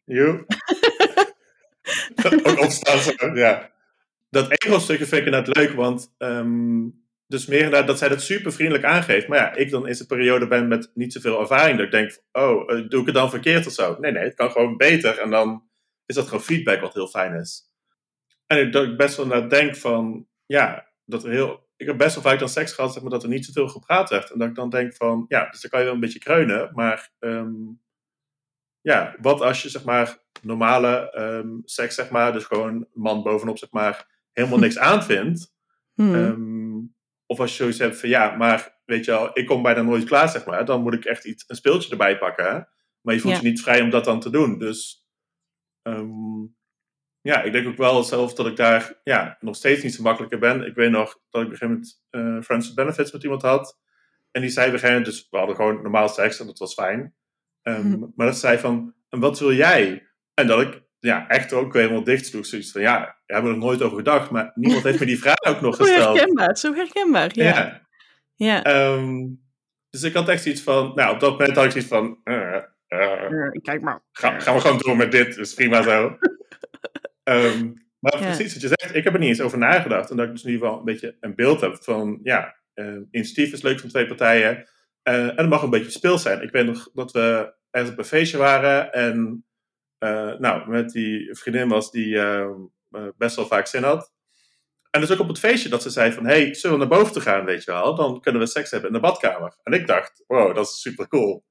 Speaker 2: Ook ontstaan zo, ja. Dat ego-stukje vind ik inderdaad leuk, want um, dus meer inderdaad dat zij dat super vriendelijk aangeeft. Maar ja, ik dan in een periode ben met niet zoveel ervaring, dat ik denk, oh, uh, doe ik het dan verkeerd of zo? Nee, nee, het kan gewoon beter. En dan is dat gewoon feedback wat heel fijn is. En ik, dat ik best wel naar denk van, ja, dat er heel... Ik heb best wel vaak dan seks gehad, zeg maar, dat er niet zoveel gepraat werd. En dat ik dan denk van, ja, dus dan kan je wel een beetje kreunen. Maar, um, ja, wat als je, zeg maar, normale um, seks, zeg maar, dus gewoon man bovenop, zeg maar, helemaal niks aanvindt. Hmm. Um, of als je zoiets hebt van, ja, maar, weet je wel, ik kom bijna nooit klaar, zeg maar. Dan moet ik echt iets, een speeltje erbij pakken, hè? Maar je voelt ja. je niet vrij om dat dan te doen. Dus, um, ja, ik denk ook wel zelf dat ik daar ja, nog steeds niet zo makkelijker ben. Ik weet nog dat ik op een gegeven moment uh, Friends with Benefits met iemand had. En die zei op een gegeven moment, dus we hadden gewoon normaal seks en dat was fijn. Um, hm. Maar dat zei van, en wat wil jij? En dat ik ja, echt ook helemaal dicht sloeg. Zoiets van, ja, daar hebben we er nooit over gedacht. Maar niemand heeft me die vraag ook nog gesteld.
Speaker 1: Zo herkenbaar, zo herkenbaar, ja.
Speaker 2: ja. ja. Um, dus ik had echt zoiets van, nou op dat moment had ik zoiets van, uh, uh,
Speaker 1: kijk maar.
Speaker 2: Ga, gaan we gewoon door met dit, dus prima zo. Um, maar ja. precies wat je zegt, ik heb er niet eens over nagedacht. En dat ik dus in ieder geval een beetje een beeld heb van, ja, uh, initiatief is leuk van twee partijen. Uh, en het mag een beetje speels zijn. Ik weet nog dat we ergens op een feestje waren. En uh, nou, met die vriendin was die uh, uh, best wel vaak zin had. En dus ook op het feestje dat ze zei van, hey, zullen we naar boven te gaan, weet je wel? Dan kunnen we seks hebben in de badkamer. En ik dacht, wow, dat is super cool.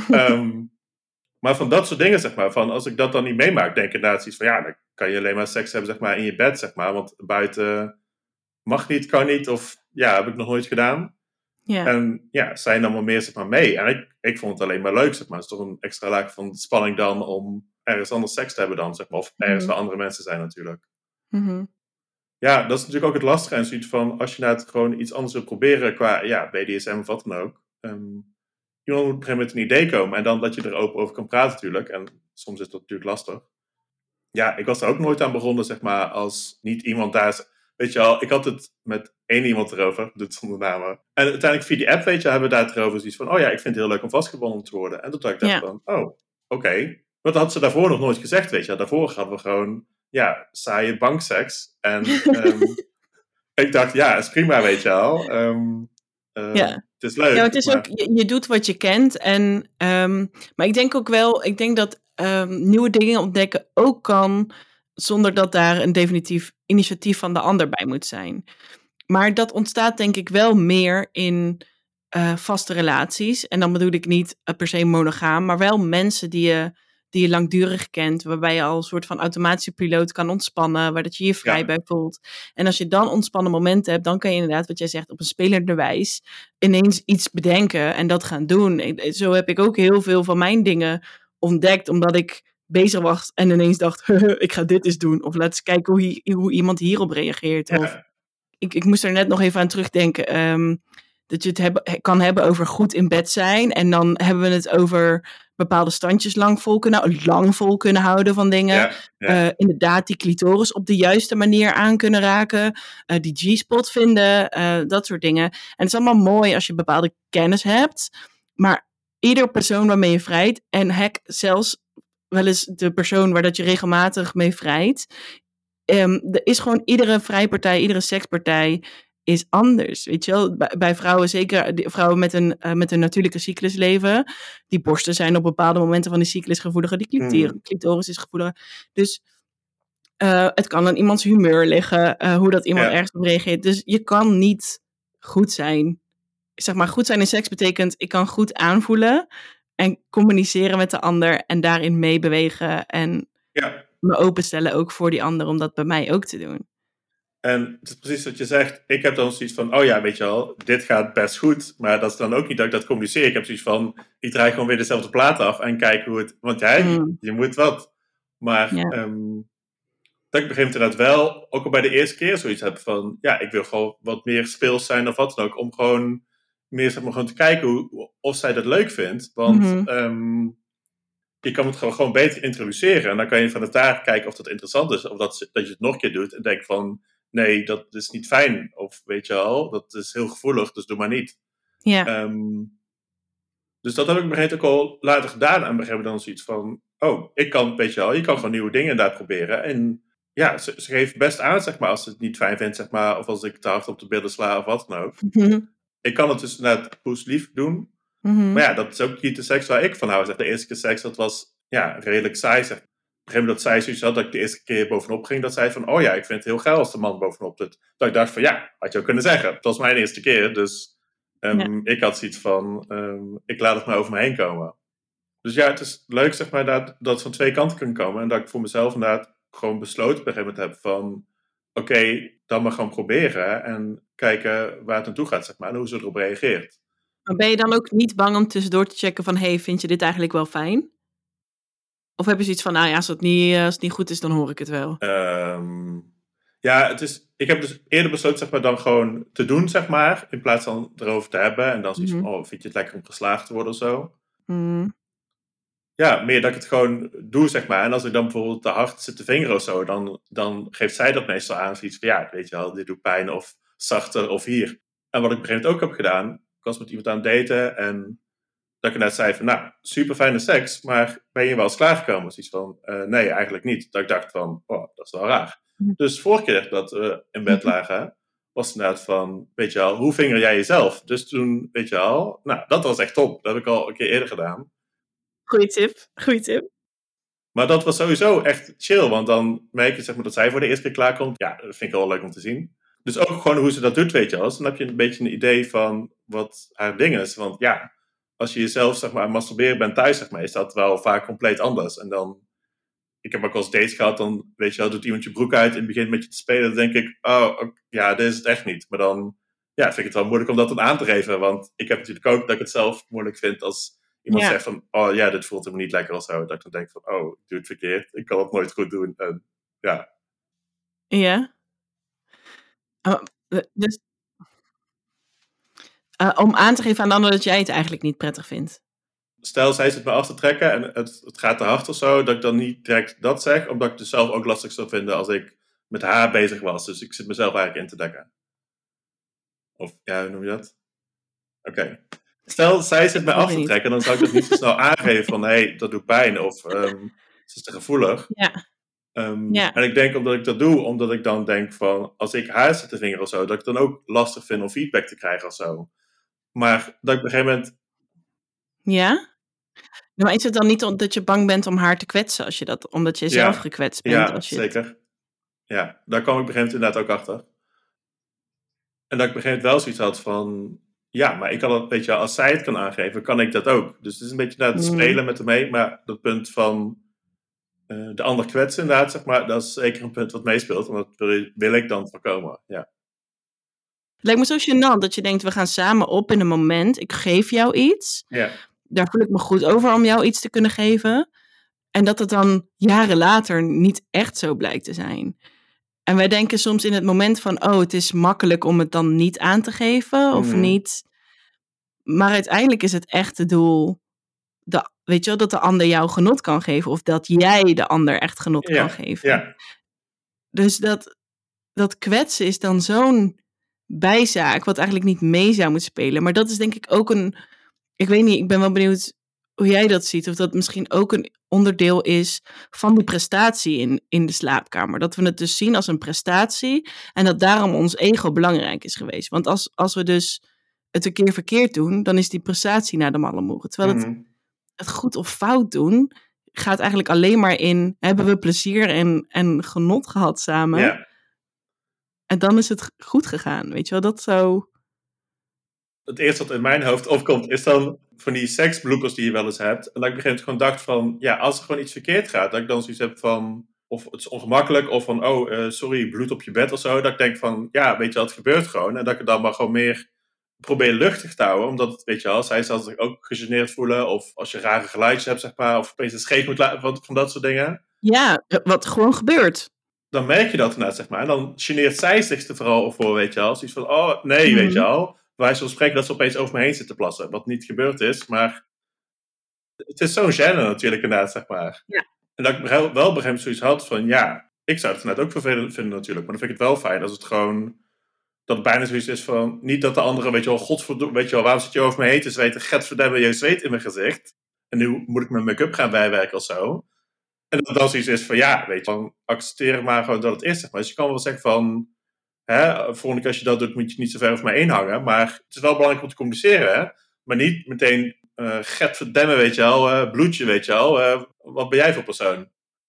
Speaker 2: um, Maar van dat soort dingen, zeg maar, van als ik dat dan niet meemaak, denk ik inderdaad iets van, ja, dan kan je alleen maar seks hebben, zeg maar, in je bed, zeg maar, want buiten mag niet, kan niet, of ja, heb ik nog nooit gedaan.
Speaker 1: Ja.
Speaker 2: En ja, zijn dan wel meer, zeg maar, mee. En ik, ik vond het alleen maar leuk, zeg maar. Het is toch een extra laag van spanning dan om ergens anders seks te hebben dan, zeg maar, of ergens mm-hmm. waar andere mensen zijn natuurlijk.
Speaker 1: Mm-hmm.
Speaker 2: Ja, dat is natuurlijk ook het lastige en zoiets van, als je nou het gewoon iets anders wil proberen qua, ja, B D S M of wat dan ook. Um, Iemand moet op een gegeven moment een idee komen. En dan dat je er open over kan praten natuurlijk. En soms is dat natuurlijk lastig. Ja, ik was er ook nooit aan begonnen, zeg maar, als niet iemand daar is. Weet je wel, ik had het met één iemand erover, dit zonder namen. En uiteindelijk via die app, weet je, hebben we daar het erover zoiets van, oh ja, ik vind het heel leuk om vastgebonden te worden. En toen dacht ik ja. van, oh, oké. Okay. Want dat had ze daarvoor nog nooit gezegd, weet je. Daarvoor hadden we gewoon, ja, saaie bankseks. En um, ik dacht, ja, is prima, weet je wel. Um, uh,
Speaker 1: ja.
Speaker 2: Het is leuk.
Speaker 1: Ja, het is
Speaker 2: maar...
Speaker 1: ook, je, je doet wat je kent. En, um, maar ik denk ook wel, ik denk dat um, nieuwe dingen ontdekken ook kan, zonder dat daar een definitief initiatief van de ander bij moet zijn. Maar dat ontstaat denk ik wel meer in uh, vaste relaties. En dan bedoel ik niet uh, per se monogaam, maar wel mensen die je, die je langdurig kent, waarbij je al een soort van automatische piloot kan ontspannen, waar dat je je vrij ja. bij voelt. En als je dan ontspannen momenten hebt, dan kan je inderdaad, wat jij zegt, op een spelende wijs ineens iets bedenken en dat gaan doen. Zo heb ik ook heel veel van mijn dingen ontdekt, omdat ik bezig was en ineens dacht, ik ga dit eens doen. Of laat eens kijken hoe, hi- hoe iemand hierop reageert.
Speaker 2: Ja.
Speaker 1: Of, ik, ik moest er net nog even aan terugdenken. Um, dat je het heb, kan hebben over goed in bed zijn. En dan hebben we het over bepaalde standjes lang vol kunnen, lang vol kunnen houden van dingen.
Speaker 2: Ja, ja.
Speaker 1: Uh, inderdaad, die clitoris op de juiste manier aan kunnen raken. Uh, die G-spot vinden. Uh, dat soort dingen. En het is allemaal mooi als je bepaalde kennis hebt. Maar ieder persoon waarmee je vrijt. En hek zelfs wel eens de persoon waar dat je regelmatig mee vrijt. Um, er is gewoon iedere vrijpartij, iedere sekspartij is anders, weet je wel. Bij, bij vrouwen, zeker die, vrouwen met een, uh, met een natuurlijke cyclus leven, die borsten zijn op bepaalde momenten van die cyclus gevoeliger, die clitoris, mm. clitoris is gevoeliger. Dus Uh, het kan aan iemands humeur liggen, uh, hoe dat iemand
Speaker 2: ja.
Speaker 1: ergens op reageert. Dus je kan niet goed zijn. Zeg maar, goed zijn in seks betekent, ik kan goed aanvoelen en communiceren met de ander en daarin meebewegen en
Speaker 2: ja.
Speaker 1: me openstellen ook voor die ander om dat bij mij ook te doen.
Speaker 2: En het is precies wat je zegt. Ik heb dan zoiets van, oh ja, weet je wel, dit gaat best goed. Maar dat is dan ook niet dat ik dat communiceer. Ik heb zoiets van, ik draai gewoon weer dezelfde plaat af en kijk hoe het... Want jij, mm. je moet wat. Maar
Speaker 1: ja.
Speaker 2: um, dat ik op een gegeven moment inderdaad wel, ook al bij de eerste keer zoiets heb van, ja, ik wil gewoon wat meer speels zijn of wat dan ook. Om gewoon meer, zeg maar, gewoon te kijken hoe, of zij dat leuk vindt. Want mm-hmm. um, je kan het gewoon, gewoon beter introduceren. En dan kan je vanaf daar kijken of dat interessant is. Of dat, dat je het nog een keer doet en denkt van... Nee, dat is niet fijn. Of weet je al, dat is heel gevoelig, dus doe maar niet.
Speaker 1: Ja.
Speaker 2: Um, dus dat heb ik op een gegeven moment ook al later gedaan. En begrepen dan zoiets van... Oh, ik kan, weet je al, je kan gewoon nieuwe dingen daar proberen. En ja, ze, ze geeft best aan, zeg maar, als ze het niet fijn vindt, zeg maar. Of als ik te hard op de billen sla of wat dan ook.
Speaker 1: Mm-hmm.
Speaker 2: Ik kan het dus net poeslief doen.
Speaker 1: Mm-hmm.
Speaker 2: Maar ja, dat is ook niet de seks waar ik van hou. Zeg. De eerste keer seks, dat was ja, redelijk saai, zeg. Op een gegeven moment dat zij zoiets had, dat ik de eerste keer bovenop ging, dat zij van, oh ja, ik vind het heel geil als de man bovenop zit. Dat ik dacht van, ja, had je ook kunnen zeggen. Het was mijn eerste keer, dus um, ja. ik had zoiets van, um, ik laat het maar over me heen komen. Dus ja, het is leuk, zeg maar, dat, dat het van twee kanten kan komen. En dat ik voor mezelf inderdaad gewoon besloten op een gegeven moment heb van, oké, okay, dan maar gewoon proberen en kijken waar het naartoe gaat, zeg maar, en hoe ze erop reageert.
Speaker 1: Maar ben je dan ook niet bang om tussendoor te checken van, hey, vind je dit eigenlijk wel fijn? Of heb je zoiets van, nou ja, als het niet, als het niet goed is, dan hoor ik het wel?
Speaker 2: Um, ja, het is, ik heb dus eerder besloten, zeg maar, dan gewoon te doen, zeg maar. In plaats van erover te hebben. En dan zoiets mm-hmm. van, oh, vind je het lekker om geslaagd te worden of zo?
Speaker 1: Mm.
Speaker 2: Ja, meer dat ik het gewoon doe, zeg maar. En als ik dan bijvoorbeeld te hard zit te vingeren of zo, dan, dan geeft zij dat meestal aan. Zoiets van, ja, weet je wel, dit doet pijn of zachter of hier. En wat ik op een gegeven moment ook heb gedaan, ik was met iemand aan het daten en... Dat ik net zei van, nou, super fijne seks, maar ben je wel eens klaargekomen? Zoiets van, uh, nee, eigenlijk niet. Dat ik dacht van, oh, dat is wel raar. Mm. Dus vorige keer dat we in bed lagen, was het inderdaad van, weet je al, hoe vinger jij jezelf? Dus toen, weet je al, nou, dat was echt top. Dat heb ik al een keer eerder gedaan.
Speaker 1: Goeie tip, goeie tip.
Speaker 2: Maar dat was sowieso echt chill, want dan merk je, zeg maar, dat zij voor de eerste keer klaarkomt. Ja, dat vind ik wel leuk om te zien. Dus ook gewoon hoe ze dat doet, weet je wel. Dus dan heb je een beetje een idee van wat haar ding is. Want ja, als je jezelf, zeg maar, aan masturberen bent thuis, zeg maar, is dat wel vaak compleet anders. En dan, ik heb ook wel eens dates gehad, dan, weet je wel, doet iemand je broek uit en het begint met je te spelen. Dan denk ik, oh, okay, ja, dit is het echt niet. Maar dan, ja, vind ik het wel moeilijk om dat dan aan te geven. Want ik heb natuurlijk ook dat ik het zelf moeilijk vind als iemand ja. zegt van, oh ja, dit voelt hem niet lekker of zo. Dat ik dan denk van, oh, ik doe het verkeerd. Ik kan het nooit goed doen. En, ja.
Speaker 1: Ja. Uh, dus... Uh, om aan te geven aan de ander dat jij het eigenlijk niet prettig vindt.
Speaker 2: Stel, zij zit me af te trekken en het, het gaat te hard of zo, dat ik dan niet direct dat zeg, omdat ik het dus zelf ook lastig zou vinden als ik met haar bezig was. Dus ik zit mezelf eigenlijk in te dekken. Of, ja, hoe noem je dat? Oké. Okay. Stel, zij zit me af te trekken, dan zou ik dat niet zo snel aangeven van, hé, hey, dat doet pijn, of um, ze is te gevoelig.
Speaker 1: Ja.
Speaker 2: Um,
Speaker 1: ja.
Speaker 2: En ik denk omdat ik dat doe, omdat ik dan denk van, als ik haar zit te vingeren of zo, dat ik dan ook lastig vind om feedback te krijgen of zo. Maar dat ik op een gegeven moment...
Speaker 1: Ja? Maar is het dan niet dat je bang bent om haar te kwetsen, als je dat, omdat je zelf ja. gekwetst bent?
Speaker 2: Ja,
Speaker 1: als je
Speaker 2: zeker.
Speaker 1: Het...
Speaker 2: Ja, daar kwam ik op een gegeven moment inderdaad ook achter. En dat ik op een gegeven moment wel zoiets had van... Ja, maar ik kan dat, weet je, als zij het kan aangeven, kan ik dat ook. Dus het is een beetje naar het mm. spelen met hem mee. Maar dat punt van uh, de ander kwetsen inderdaad, zeg maar, dat is zeker een punt wat meespeelt. En dat wil, wil ik dan voorkomen, ja.
Speaker 1: Het lijkt me zo gênant dat je denkt, we gaan samen op in een moment. Ik geef jou iets.
Speaker 2: Ja.
Speaker 1: Daar voel ik me goed over om jou iets te kunnen geven. En dat het dan jaren later niet echt zo blijkt te zijn. En wij denken soms in het moment van, oh, het is makkelijk om het dan niet aan te geven. Of mm. niet. Maar uiteindelijk is het echte doel, de, weet je wel, dat de ander jou genot kan geven. Of dat jij de ander echt genot
Speaker 2: ja.
Speaker 1: kan geven.
Speaker 2: Ja.
Speaker 1: Dus dat, dat kwetsen is dan zo'n bijzaak, wat eigenlijk niet mee zou moeten spelen. Maar dat is denk ik ook een, ik weet niet, ik ben wel benieuwd hoe jij dat ziet. Of dat misschien ook een onderdeel is van die prestatie in, in de slaapkamer. Dat we het dus zien als een prestatie en dat daarom ons ego belangrijk is geweest. Want als, als we dus het een keer verkeerd doen, dan is die prestatie naar de malle moeren. Terwijl het, mm-hmm. het goed of fout doen gaat eigenlijk alleen maar in, hebben we plezier en, en genot gehad samen?
Speaker 2: Ja.
Speaker 1: En dan is het goed gegaan, weet je wel? Dat zo...
Speaker 2: Het eerste wat in mijn hoofd opkomt is dan van die seksbloepers die je wel eens hebt. En dat ik op een gegeven moment gewoon dacht van, ja, als er gewoon iets verkeerd gaat, dat ik dan zoiets heb van, of het is ongemakkelijk, of van, oh, uh, sorry, bloed op je bed of zo. Dat ik denk van, ja, weet je wel, het gebeurt gewoon. En dat ik het dan maar gewoon meer probeer luchtig te houden. Omdat, weet je wel, zij zal zich ook gegeneerd voelen. Of als je rare geluidjes hebt, zeg maar, of opeens een scheet moet laten, van, van dat soort dingen.
Speaker 1: Ja, wat gewoon gebeurt.
Speaker 2: Dan merk je dat inderdaad, zeg maar. En dan geneert zij zich er vooral voor, weet je wel. Zoiets van, oh, nee,
Speaker 1: Mhm.
Speaker 2: weet je wel. Wij zullen spreken dat ze opeens over me heen zitten plassen. Wat niet gebeurd is, maar het is zo'n gêne natuurlijk inderdaad, zeg maar.
Speaker 1: Ja.
Speaker 2: En dat ik wel op een gegeven moment zoiets had van, ja, ik zou het inderdaad ook vervelend vinden natuurlijk. Maar dan vind ik het wel fijn als het gewoon, dat het bijna zoiets is van, niet dat de andere, weet je wel, godverdomme, weet je wel, waarom zit je over me heen te zweten? Gadverdamme, je zweet in mijn gezicht. En nu moet ik mijn make-up gaan bijwerken of zo. En dat dan zoiets is van, ja, weet je, dan accepteer maar gewoon dat het is, zeg maar. Dus je kan wel zeggen van, hè, volgende keer als je dat doet, moet je niet zo ver over me heen hangen. Maar het is wel belangrijk om te communiceren, hè. Maar niet meteen, uh, gadverdamme, weet je wel, uh, bloedje, weet je wel. Uh, wat ben jij voor persoon?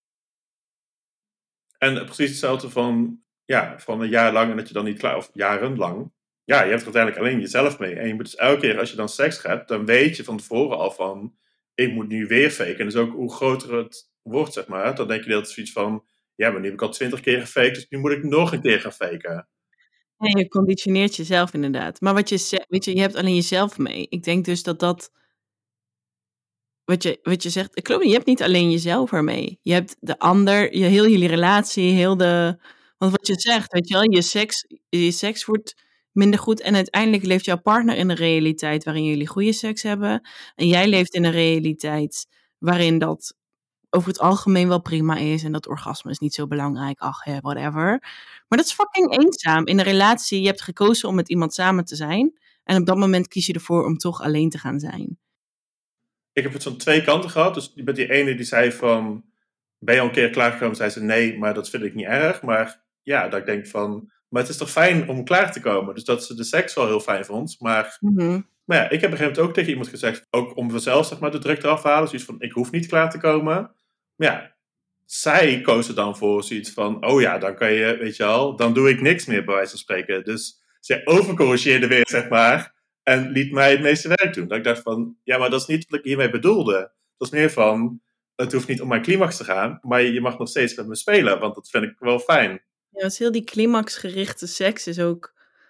Speaker 2: En uh, precies hetzelfde van, ja, van een jaar lang en dat je dan niet klaar, of jarenlang. Ja, je hebt er uiteindelijk alleen jezelf mee. En je moet dus elke keer als je dan seks hebt, dan weet je van tevoren al van, ik moet nu weer faken. En dus ook hoe groter het wordt, zeg maar, dan denk je dat het zoiets van, ja, maar nu heb ik al twintig keer gefaked, dus nu moet ik nog een keer gaan faken.
Speaker 1: En je conditioneert jezelf inderdaad. Maar wat je zegt, weet je, je hebt alleen jezelf mee. Ik denk dus dat dat, wat je, wat je zegt, klopt, je hebt niet alleen jezelf ermee. Je hebt de ander, je, heel jullie relatie, heel de, want wat je zegt, weet je wel, je seks, je seks wordt minder goed en uiteindelijk leeft jouw partner in een realiteit waarin jullie goede seks hebben. En jij leeft in een realiteit waarin dat over het algemeen wel prima is en dat orgasme is niet zo belangrijk, ach, hè, whatever. Maar dat is fucking eenzaam. In een relatie, je hebt gekozen om met iemand samen te zijn en op dat moment kies je ervoor om toch alleen te gaan zijn.
Speaker 2: Ik heb het van twee kanten gehad. Dus met die ene die zei van, ben je al een keer klaargekomen? Zei ze, nee, maar dat vind ik niet erg. Maar ja, dat ik denk van, maar het is toch fijn om klaar te komen? Dus dat ze de seks wel heel fijn vond. Maar,
Speaker 1: Mm-hmm.
Speaker 2: maar ja, ik heb op een gegeven moment ook tegen iemand gezegd, ook om vanzelf, zeg maar, de druk eraf te halen. Zoiets van, ik hoef niet klaar te komen. Maar ja, zij koos er dan voor zoiets van, oh ja, dan kan je, weet je wel, dan doe ik niks meer, bij wijze van spreken. Dus zij overcorrigeerde weer, zeg maar, en liet mij het meeste werk doen. Dat ik dacht van, ja, maar dat is niet wat ik hiermee bedoelde. Dat is meer van, het hoeft niet om mijn climax te gaan, maar je mag nog steeds met me spelen, want dat vind ik wel fijn.
Speaker 1: Ja, dus heel die climaxgerichte seks is ook,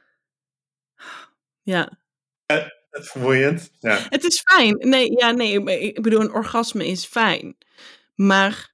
Speaker 1: ja.
Speaker 2: Het is vermoeiend, ja.
Speaker 1: Het is fijn. Nee, ja, nee, ik bedoel, een orgasme is fijn. Maar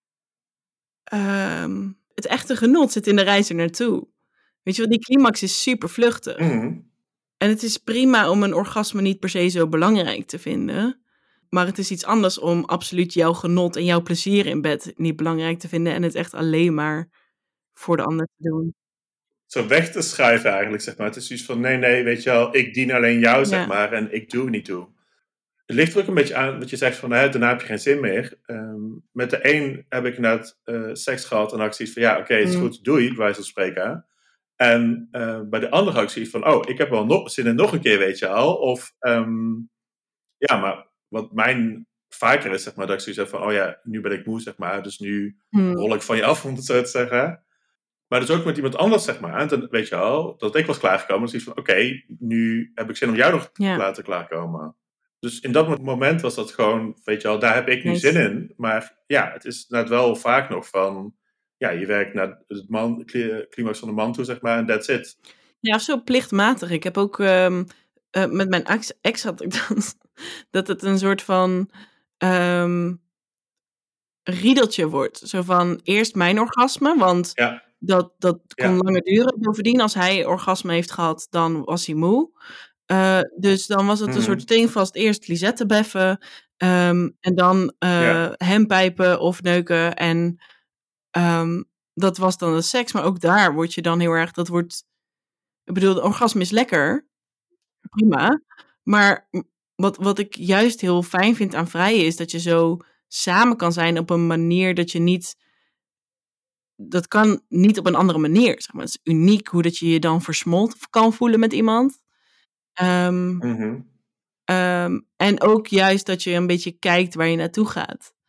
Speaker 1: um, het echte genot zit in de reis er naartoe. Weet je wel, die climax is super vluchtig.
Speaker 2: Mm-hmm.
Speaker 1: En het is prima om een orgasme niet per se zo belangrijk te vinden. Maar het is iets anders om absoluut jouw genot en jouw plezier in bed niet belangrijk te vinden. En het echt alleen maar voor de ander te doen.
Speaker 2: Zo weg te schuiven eigenlijk, zeg maar. Het is zoiets van, nee, nee, weet je wel, ik dien alleen jou,
Speaker 1: Ja.
Speaker 2: zeg maar, en ik doe niet toe. Het ligt er ook een beetje aan wat je zegt van, hè, daarna heb je geen zin meer. Um, met de een heb ik inderdaad uh, seks gehad en had ik zoiets van, ja, oké, okay, het is mm. goed, doei, bij wijze van spreken. En uh, bij de andere had ik zoiets van, oh, ik heb wel nog, zin in nog een keer, weet je al. Of, um, ja, maar wat mijn vaker is, zeg maar, dat ik zoiets heb van, oh ja, nu ben ik moe, zeg maar, dus nu mm. rol ik van je af, om het zo te zeggen. Maar dus ook met iemand anders, zeg maar. En dan weet je al, dat ik was klaargekomen. Dus zoiets van, oké, okay, nu heb ik zin om jou nog te ja. laten klaarkomen. Dus in dat moment was dat gewoon, weet je wel, daar heb ik nu nice. zin in. Maar ja, het is net wel vaak nog van, ja, je werkt naar het man, climax van de man toe, zeg maar, en that's it.
Speaker 1: Ja, of zo plichtmatig. Ik heb ook, um, uh, met mijn ex, ex had ik dan, dat het een soort van um, riedeltje wordt. Zo van, eerst mijn orgasme, want
Speaker 2: ja.
Speaker 1: dat, dat kon ja. langer duren. Bovendien, als hij orgasme heeft gehad, dan was hij moe. Uh, dus dan was het een mm. soort steenvast eerst Lisette beffen um, en dan uh, ja. hem pijpen of neuken en um, dat was dan de seks, maar ook daar word je dan heel erg, dat wordt, ik bedoel, de orgasme is lekker, prima, maar wat, wat ik juist heel fijn vind aan vrijen is dat je zo samen kan zijn op een manier dat je niet, dat kan niet op een andere manier, zeg maar. Het is uniek hoe dat je je dan versmolten kan voelen met iemand. Um,
Speaker 2: mm-hmm.
Speaker 1: um, en ook juist dat je een beetje kijkt waar je naartoe gaat.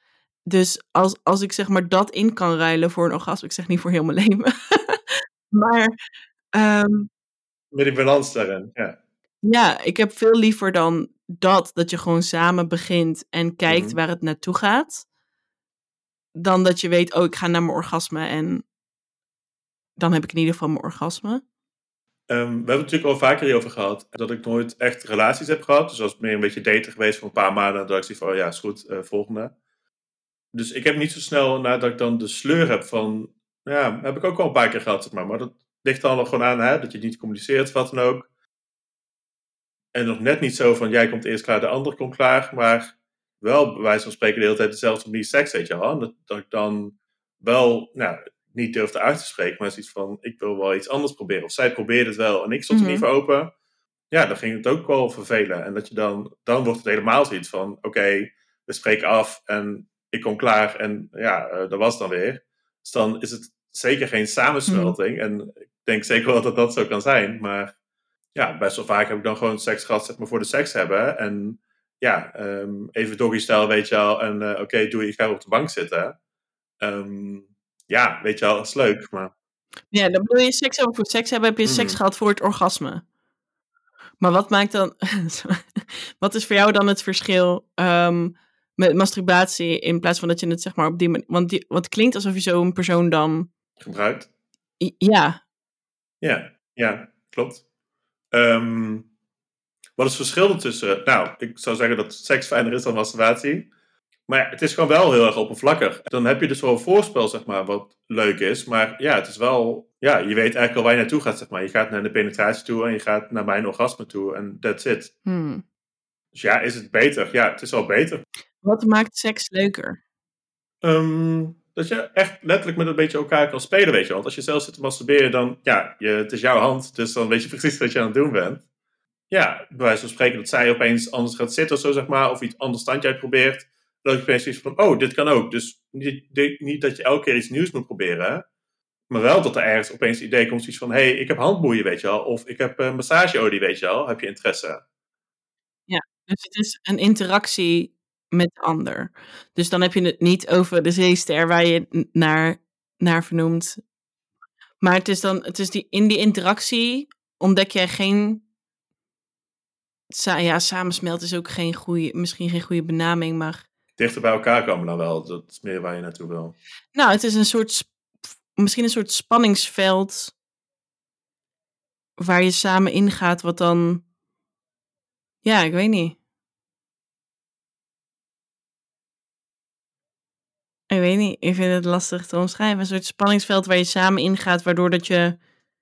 Speaker 1: Dus als, als ik zeg maar dat in kan ruilen voor een orgasme, ik zeg niet voor heel mijn leven, maar um,
Speaker 2: Met die balans daarin, ja.
Speaker 1: Ja, ik heb veel liever dan dat, dat je gewoon samen begint en kijkt
Speaker 2: Mm-hmm.
Speaker 1: waar het naartoe gaat, dan dat je weet, oh, ik ga naar mijn orgasme en dan heb ik in ieder geval mijn orgasme.
Speaker 2: Um, we hebben het natuurlijk al vaker hierover gehad, dat ik nooit echt relaties heb gehad. Dus als meer een beetje daten geweest voor een paar maanden, dat ik zie van, oh ja, is goed, uh, volgende. Dus ik heb niet zo snel, nadat ik dan de sleur heb van, ja, heb ik ook al een paar keer gehad, zeg maar. Maar dat ligt dan nog gewoon aan, hè, dat je niet communiceert, wat dan ook. En nog net niet zo van, jij komt eerst klaar, de ander komt klaar. Maar wel, bij wijze van spreken, de hele tijd dezelfde manier seks, weet je wel. Dat, dat ik dan wel, nou, niet durfde uit te spreken, maar zoiets van, ik wil wel iets anders proberen. Of zij probeerde het wel en ik stond er
Speaker 1: Mhm.
Speaker 2: niet voor open. Ja, dan ging het ook wel vervelen. En dat je dan, dan wordt het helemaal zoiets van, oké, okay, we spreken af en ik kom klaar en ja, uh, dat was het dan weer. Dus dan is het zeker geen samensmelting.
Speaker 1: Mhm.
Speaker 2: En ik denk zeker wel dat dat zo kan zijn, maar ja, best wel vaak heb ik dan gewoon seks gehad, zeg maar, voor de seks hebben. En ja, um, even doggy-stijl, weet je wel. En uh, oké, okay, doe je, ik ga op de bank zitten. Um, ja, weet je wel, dat is leuk, maar...
Speaker 1: Ja, dan bedoel je seks hebben voor seks hebben, heb je
Speaker 2: Mm-hmm.
Speaker 1: seks gehad voor het orgasme. Maar wat maakt dan... wat is voor jou dan het verschil um, met masturbatie in plaats van dat je het zeg maar op die manier... Want, die, want het klinkt alsof je zo'n persoon dan...
Speaker 2: Gebruikt?
Speaker 1: I- ja.
Speaker 2: Ja, ja, klopt. Um, wat is het verschil tussen? Nou, ik zou zeggen dat seks fijner is dan masturbatie. Maar ja, het is gewoon wel heel erg oppervlakkig. Dan heb je dus wel een voorspel, zeg maar, wat leuk is. Maar ja, het is wel... Ja, je weet eigenlijk al waar je naartoe gaat, zeg maar. Je gaat naar de penetratie toe en je gaat naar mijn orgasme toe. En that's it.
Speaker 1: Hmm.
Speaker 2: Dus ja, is het beter? Ja, het is wel beter.
Speaker 1: Wat maakt seks leuker?
Speaker 2: Um, dat je echt letterlijk met een beetje elkaar kan spelen, weet je. Want als je zelf zit te masturberen, dan... Ja, je, het is jouw hand. Dus dan weet je precies wat je aan het doen bent. Ja, bij wijze van spreken dat zij opeens anders gaat zitten of zo, zeg maar. Of iets anders standje uitprobeert. Dat je opeens zoiets van, oh, dit kan ook. Dus niet, niet dat je elke keer iets nieuws moet proberen. Maar wel dat er ergens opeens het idee komt zoiets van, hé, hey, ik heb handboeien, weet je wel. Of ik heb uh, massageolie, weet je wel. Heb je interesse?
Speaker 1: Ja, dus het is een interactie met de ander. Dus dan heb je het niet over de zeester waar je het naar, naar vernoemt. Maar het is dan, het is die, in die interactie ontdek jij geen... Sa- ja, samensmelt is ook geen goede, misschien geen goede benaming, maar...
Speaker 2: Dichter bij elkaar komen dan wel. Dat is meer waar je naartoe wil.
Speaker 1: Nou, het is een soort, sp- misschien een soort spanningsveld waar je samen ingaat, wat dan... Ja, ik weet niet. Ik weet niet, ik vind het lastig te omschrijven. Een soort spanningsveld waar je samen ingaat, waardoor dat je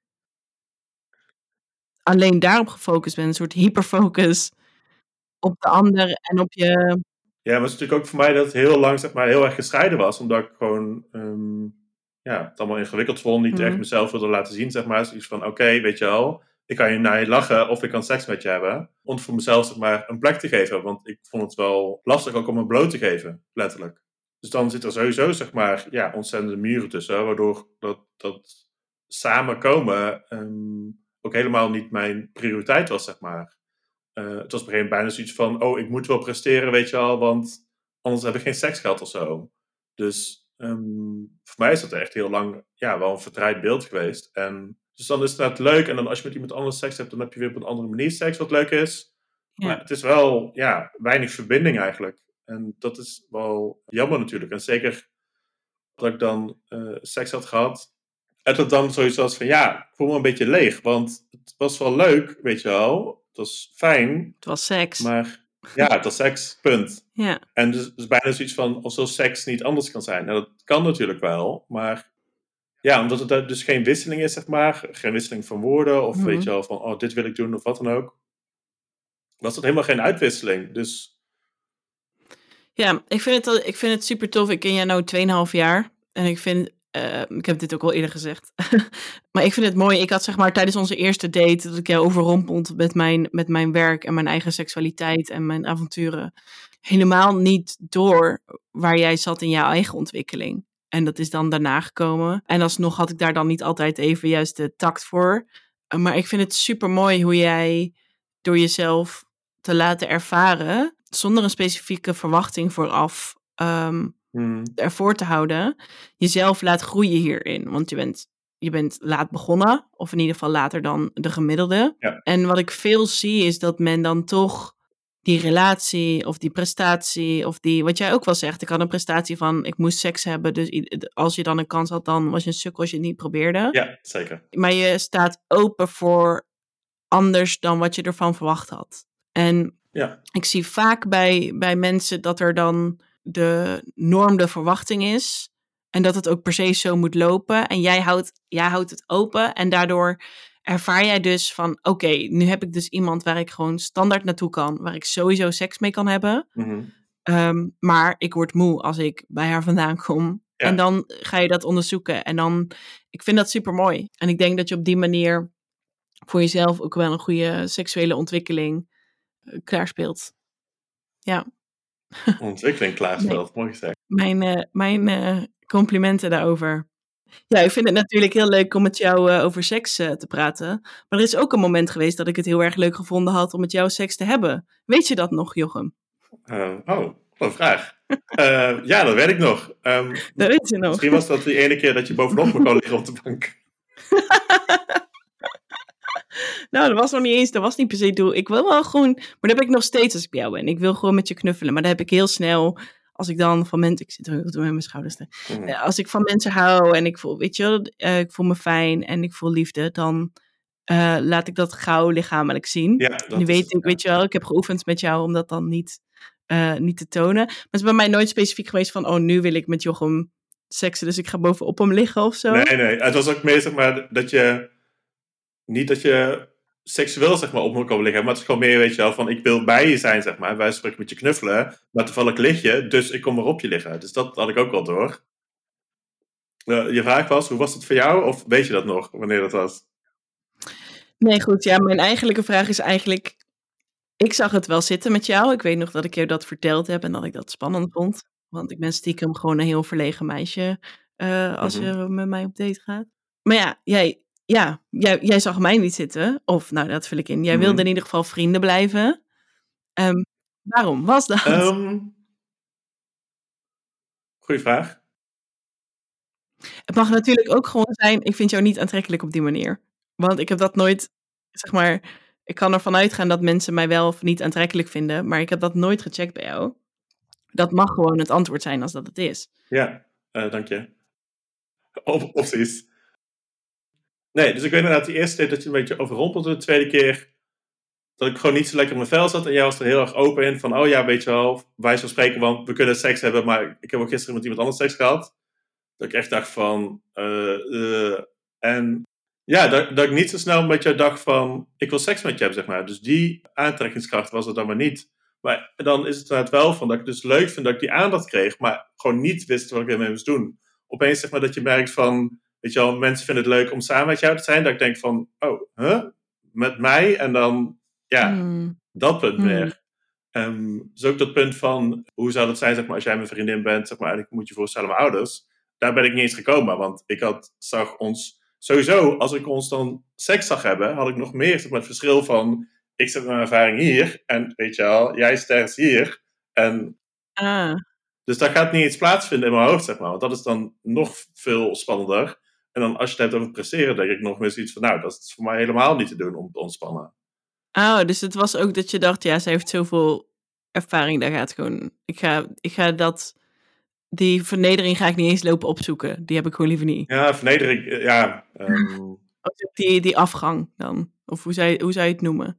Speaker 1: alleen daarop gefocust bent. Een soort hyperfocus op de ander en op je...
Speaker 2: Ja, maar het is natuurlijk ook voor mij dat het heel lang, zeg maar, heel erg gescheiden was. Omdat ik gewoon, um, ja, het allemaal ingewikkeld vond. Niet
Speaker 1: Hmm.
Speaker 2: echt mezelf wilde laten zien, zeg maar. Zoiets van, oké, okay, weet je wel. Ik kan je naar je lachen of ik kan seks met je hebben. Om voor mezelf, zeg maar, een plek te geven. Want ik vond het wel lastig ook om me bloot te geven, letterlijk. Dus dan zit er sowieso, zeg maar, ja, ontzettende muren tussen. Waardoor dat, dat samenkomen um, ook helemaal niet mijn prioriteit was, zeg maar. Uh, het was op een gegeven moment bijna zoiets van, oh, ik moet wel presteren, weet je wel, want anders heb ik geen seks gehad of zo. Dus um, voor mij is dat echt heel lang, ja, wel een verdraaid beeld geweest. En dus dan is het net leuk. En dan als je met iemand anders seks hebt, dan heb je weer op een andere manier seks, wat leuk is.
Speaker 1: Ja.
Speaker 2: Maar het is wel, ja, weinig verbinding eigenlijk. En dat is wel jammer natuurlijk. En zeker dat ik dan uh, seks had gehad. En dat dan zoiets was van, ja, ik voel me een beetje leeg. Want het was wel leuk, weet je wel. Het was fijn.
Speaker 1: Het was seks.
Speaker 2: Maar ja, het was seks, punt.
Speaker 1: Ja.
Speaker 2: En dus, dus bijna zoiets van, alsof seks niet anders kan zijn. Nou, dat kan natuurlijk wel. Maar ja, omdat het dus geen wisseling is, zeg maar. Geen wisseling van woorden. Of
Speaker 1: Mm-hmm.
Speaker 2: weet je wel, van, oh, dit wil ik doen of wat dan ook. Was dat helemaal geen uitwisseling. Dus...
Speaker 1: Ja, ik vind, het, ik vind het super tof. Ik ken jij nou tweeënhalf jaar. En ik vind, uh, ik heb dit ook al eerder gezegd. Maar ik vind het mooi. Ik had zeg maar tijdens onze eerste date dat ik jou overrompeld met mijn, met mijn werk en mijn eigen seksualiteit en mijn avonturen. Helemaal niet door waar jij zat in jouw eigen ontwikkeling. En dat is dan daarna gekomen. En alsnog had ik daar dan niet altijd even juist de tact voor. Uh, maar ik vind het super mooi hoe jij door jezelf te laten ervaren, zonder een specifieke verwachting vooraf, um,
Speaker 2: Hmm.
Speaker 1: ervoor te houden, jezelf laat groeien hierin. Want je bent, je bent laat begonnen, of in ieder geval later dan de gemiddelde.
Speaker 2: Ja.
Speaker 1: En wat ik veel zie is dat men dan toch die relatie of die prestatie of die, wat jij ook wel zegt, ik had een prestatie van ik moest seks hebben, dus als je dan een kans had, dan was je een sukkel als je het niet probeerde.
Speaker 2: Ja, zeker.
Speaker 1: Maar je staat open voor anders dan wat je ervan verwacht had. En
Speaker 2: ja.
Speaker 1: ik zie vaak bij, bij mensen dat er dan de norm de verwachting is. En dat het ook per se zo moet lopen. En jij houdt, jij houdt het open. En daardoor ervaar jij dus van... Oké, okay, nu heb ik dus iemand waar ik gewoon standaard naartoe kan. Waar ik sowieso seks mee kan hebben.
Speaker 2: Mm-hmm.
Speaker 1: Um, maar ik word moe als ik bij haar vandaan kom. Ja. En dan ga je dat onderzoeken. En dan, ik vind dat super mooi. En ik denk dat je op die manier voor jezelf ook wel een goede seksuele ontwikkeling uh, klaarspeelt. Ja.
Speaker 2: Ontwikkeling klaarspeelt, nee. Mooi gezegd.
Speaker 1: Mijn, uh, mijn uh, complimenten daarover. Ja, ik vind het natuurlijk heel leuk om met jou uh, over seks uh, te praten. Maar er is ook een moment geweest dat ik het heel erg leuk gevonden had om met jou seks te hebben. Weet je dat nog, Jochem?
Speaker 2: Uh, oh, wat een vraag. uh, ja, dat weet ik nog. Um,
Speaker 1: dat weet je nog.
Speaker 2: Misschien was dat die ene keer dat je bovenop me kon liggen op de bank.
Speaker 1: Nou, dat was nog niet eens, dat was niet per se het doel. Ik wil wel gewoon, maar dat heb ik nog steeds als ik bij jou ben. Ik wil gewoon met je knuffelen, maar dat heb ik heel snel, als ik dan van mensen, ik zit er met mijn schouders te, mm. uh, als ik van mensen hou en ik voel, weet je wel, uh, ik voel me fijn en ik voel liefde, dan uh, laat ik dat gauw lichamelijk zien.
Speaker 2: Ja, dat
Speaker 1: nu weet
Speaker 2: is,
Speaker 1: ik, ja. weet je wel, ik heb geoefend met jou om dat dan niet, uh, niet te tonen. Maar het is bij mij nooit specifiek geweest van, oh, nu wil ik met Jochem seksen, dus ik ga bovenop hem liggen of zo.
Speaker 2: Nee, nee, het was ook meer, zeg maar, dat je, niet dat je seksueel, zeg maar, op me komen liggen, maar het is gewoon meer, weet je wel, van ik wil bij je zijn, zeg maar. Wij spreken met je knuffelen, maar toevallig lig je, dus ik kom maar op je liggen. Dus dat had ik ook wel door. Uh, je vraag was, hoe was het voor jou? Of weet je dat nog, wanneer dat was?
Speaker 1: Nee, goed, ja, mijn eigenlijke vraag is eigenlijk, ik zag het wel zitten met jou. Ik weet nog dat ik je dat verteld heb en dat ik dat spannend vond. Want ik ben stiekem gewoon een heel verlegen meisje uh, als mm-hmm. je met mij op date gaat. Maar ja, jij, ja jij, jij zag mij niet zitten. Of, nou, dat vul ik in. Jij mm-hmm. wilde in ieder geval vrienden blijven. Um, waarom was dat?
Speaker 2: Um, goeie vraag.
Speaker 1: Het mag natuurlijk ook gewoon zijn, ik vind jou niet aantrekkelijk op die manier. Want ik heb dat nooit, zeg maar... Ik kan ervan uitgaan dat mensen mij wel of niet aantrekkelijk vinden, maar ik heb dat nooit gecheckt bij jou. Dat mag gewoon het antwoord zijn als dat het is.
Speaker 2: Ja, uh, dank je. Of, opties. Nee, dus ik weet inderdaad die eerste keer dat je een beetje overrompelde. De tweede keer dat ik gewoon niet zo lekker in mijn vel zat. En jij was er heel erg open in van, oh ja, weet je wel, wij zo spreken, want we kunnen seks hebben. Maar ik heb ook gisteren met iemand anders seks gehad. Dat ik echt dacht van, uh, uh, en... Ja, dat, dat ik niet zo snel met jou dacht van, ik wil seks met je hebben, zeg maar. Dus die aantrekkingskracht was er dan maar niet. Maar dan is het inderdaad wel van dat ik dus leuk vind dat ik die aandacht kreeg, maar gewoon niet wist wat ik ermee moest doen. Opeens zeg maar dat je merkt van, weet je wel, mensen vinden het leuk om samen met jou te zijn. Dat ik denk van, oh, huh? Met mij? En dan, ja, mm. dat punt mm. meer. Um, dus ook dat punt van, hoe zou dat zijn, zeg maar, als jij mijn vriendin bent, zeg maar, eigenlijk moet je voorstellen mijn ouders. Daar ben ik niet eens gekomen, want ik had, zag ons... Sowieso, als ik ons dan seks zag hebben, had ik nog meer zeg maar, het verschil van, ik zet mijn ervaring hier, en weet je wel, jij sterft hier. En,
Speaker 1: ah.
Speaker 2: Dus dat gaat niet eens plaatsvinden in mijn hoofd, zeg maar, want dat is dan nog veel spannender. En dan als je het hebt over presteren, denk ik nog meer zoiets van, nou, dat is voor mij helemaal niet te doen om te ontspannen.
Speaker 1: Oh, dus het was ook dat je dacht, ja, ze heeft zoveel ervaring, daar gaat gewoon, ik ga, ik ga dat... Die vernedering ga ik niet eens lopen opzoeken. Die heb ik gewoon liever niet.
Speaker 2: Ja, vernedering, ja. Um...
Speaker 1: Die, die afgang dan. Of hoe zou, je, hoe zou je het noemen?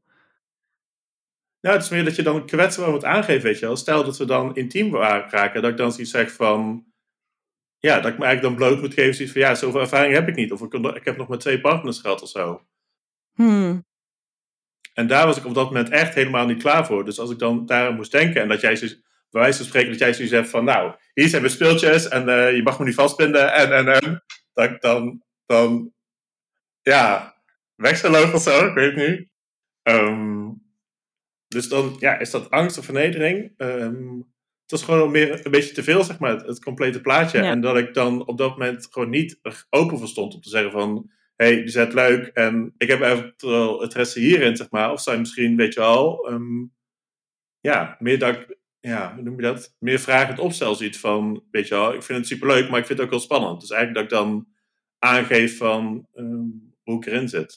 Speaker 2: Nou, het is meer dat je dan kwetsbaar moet aangeven, weet je wel. Stel dat we dan intiem raken, dat ik dan zoiets zeg van... Ja, dat ik me eigenlijk dan bloot moet geven, zoiets van... Ja, zoveel ervaring heb ik niet. Of ik, ik heb nog maar twee partners gehad of zo.
Speaker 1: Hmm.
Speaker 2: En daar was ik op dat moment echt helemaal niet klaar voor. Dus als ik dan daar moest denken en dat jij zo... Bij wijze van spreken dat jij zoiets hebt van, nou, hier zijn mijn speeltjes en uh, je mag me niet vastbinden en, en, en, dat ik dan, dan, ja, weg zou lopen of zo, ik weet het niet. Um, dus dan, ja, is dat angst of vernedering? Um, het was gewoon meer een beetje te veel, zeg maar, het, het complete plaatje. Ja. En dat ik dan op dat moment gewoon niet er open voor stond om te zeggen van, hé, hey, je zet leuk en ik heb eventueel het resten hierin, zeg maar. Of zijn misschien, weet je wel, um, ja, meer dat ik ja, hoe noem je dat? Meer vragend opstel ziet van, weet je wel, ik vind het superleuk, maar ik vind het ook heel spannend. Dus eigenlijk dat ik dan aangeef van um, hoe ik erin zit.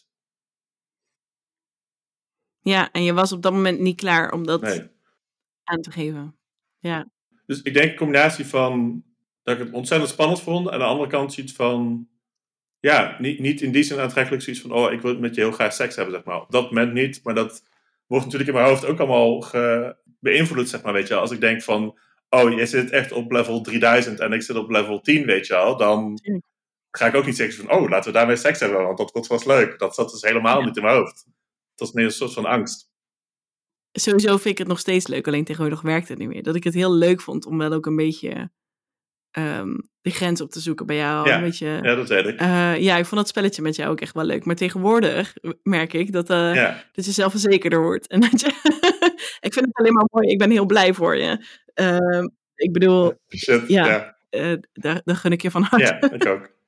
Speaker 1: Ja, en je was op dat moment niet klaar om dat
Speaker 2: Nee.
Speaker 1: aan te geven. Ja.
Speaker 2: Dus ik denk een combinatie van dat ik het ontzettend spannend vond. En aan de andere kant zoiets van, ja, niet, niet in die zin aantrekkelijk zoiets van, oh, ik wil met je heel graag seks hebben, zeg maar. Op dat moment niet, maar dat wordt natuurlijk in mijn hoofd ook allemaal ge, beïnvloed, zeg maar, weet je wel. Als ik denk van, oh, jij zit echt op level drieduizend en ik zit op level tien, weet je wel, dan
Speaker 1: Tuurlijk.
Speaker 2: ga ik ook niet zeggen van, oh, laten we daarmee seks hebben, want dat wordt vast leuk. Dat zat dus helemaal
Speaker 1: Ja.
Speaker 2: niet in mijn hoofd. Dat was meer een soort van angst.
Speaker 1: Sowieso vind ik het nog steeds leuk, alleen tegenwoordig werkt het niet meer. Dat ik het heel leuk vond om wel ook een beetje um, de grens op te zoeken bij jou.
Speaker 2: Ja,
Speaker 1: Een beetje,
Speaker 2: ja dat weet ik.
Speaker 1: Uh, ja, ik vond dat spelletje met jou ook echt wel leuk. Maar tegenwoordig merk ik dat, uh,
Speaker 2: ja.
Speaker 1: dat je zelfverzekerder wordt. En dat je ik vind het alleen maar mooi. Ik ben heel blij voor je. Uh, ik bedoel,
Speaker 2: Shit,
Speaker 1: ja,
Speaker 2: ja.
Speaker 1: Uh, daar, daar gun ik je van harte.
Speaker 2: Ja, ik ook.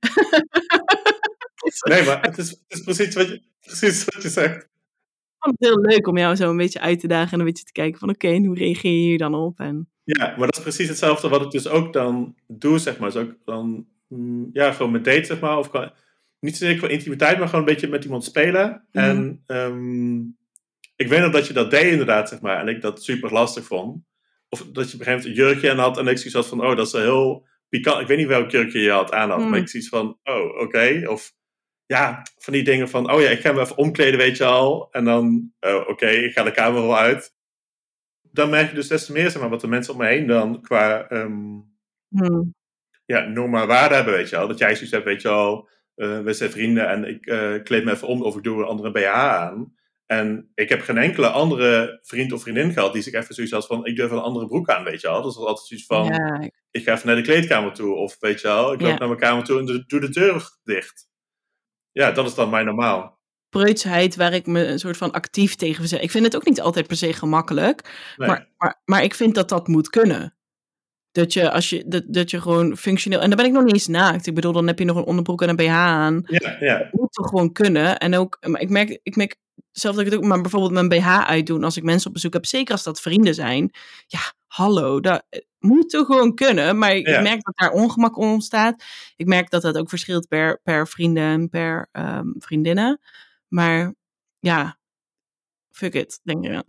Speaker 2: Nee, maar het is, het is precies, wat je, precies wat je zegt.
Speaker 1: Ik vond het heel leuk om jou zo een beetje uit te dagen en een beetje te kijken van oké, okay, hoe reageer je hier dan op? En...
Speaker 2: Ja, maar dat is precies hetzelfde wat ik dus ook dan doe, zeg maar. Dus ook dan, mm, ja, gewoon met date, zeg maar. Of qua, niet zozeer qua intimiteit, maar gewoon een beetje met iemand spelen.
Speaker 1: Mm-hmm.
Speaker 2: En um, ik weet nog dat je dat deed inderdaad, zeg maar. En ik dat super lastig vond. Of dat je op een gegeven moment een jurkje aan had en ik zoiets had van, oh, dat is wel heel pikant. Ik weet niet welk jurkje je had aan had,
Speaker 1: Mm.
Speaker 2: maar ik zoiets van, oh, oké. Okay. Of ja, van die dingen van, oh ja, ik ga me even omkleden, weet je al. En dan, oh, oké, okay, ik ga de kamer wel uit. Dan merk je dus des te meer, zeg maar, wat de mensen om me heen dan qua um,
Speaker 1: mm.
Speaker 2: ja, norma waarde hebben, weet je wel. Dat jij zoiets hebt, weet je wel, uh, we zijn vrienden en ik uh, kleed me even om of ik doe een andere B H aan. En ik heb geen enkele andere vriend of vriendin gehad die zich even zoiets had van, ik durf een andere broek aan, weet je wel. Dat is altijd zoiets van,
Speaker 1: Ja.
Speaker 2: ik ga even naar de kleedkamer toe. Of weet je wel, ik loop
Speaker 1: ja.
Speaker 2: naar mijn kamer toe en de, doe de deur dicht. Ja, dat is dan mijn normaal.
Speaker 1: Preutsheid waar ik me een soort van actief tegen verzet. Ik vind het ook niet altijd per se gemakkelijk.
Speaker 2: Nee.
Speaker 1: Maar, maar, maar ik vind dat dat moet kunnen. Dat je, als je, dat, dat je gewoon functioneel... En dan ben ik nog niet eens naakt. Ik bedoel, dan heb je nog een onderbroek en een B H aan.
Speaker 2: Ja, ja.
Speaker 1: Dat moet toch gewoon kunnen. En ook, ik merk, ik merk zelf dat ik het ook... Maar bijvoorbeeld mijn B H uitdoen als ik mensen op bezoek heb. Zeker als dat vrienden zijn. Ja, hallo. Dat moet toch gewoon kunnen. Maar ik
Speaker 2: ja.
Speaker 1: merk dat daar ongemak ontstaat. Ik merk dat dat ook verschilt per, per vrienden en per um, vriendinnen. Maar ja, fuck it, denk ik.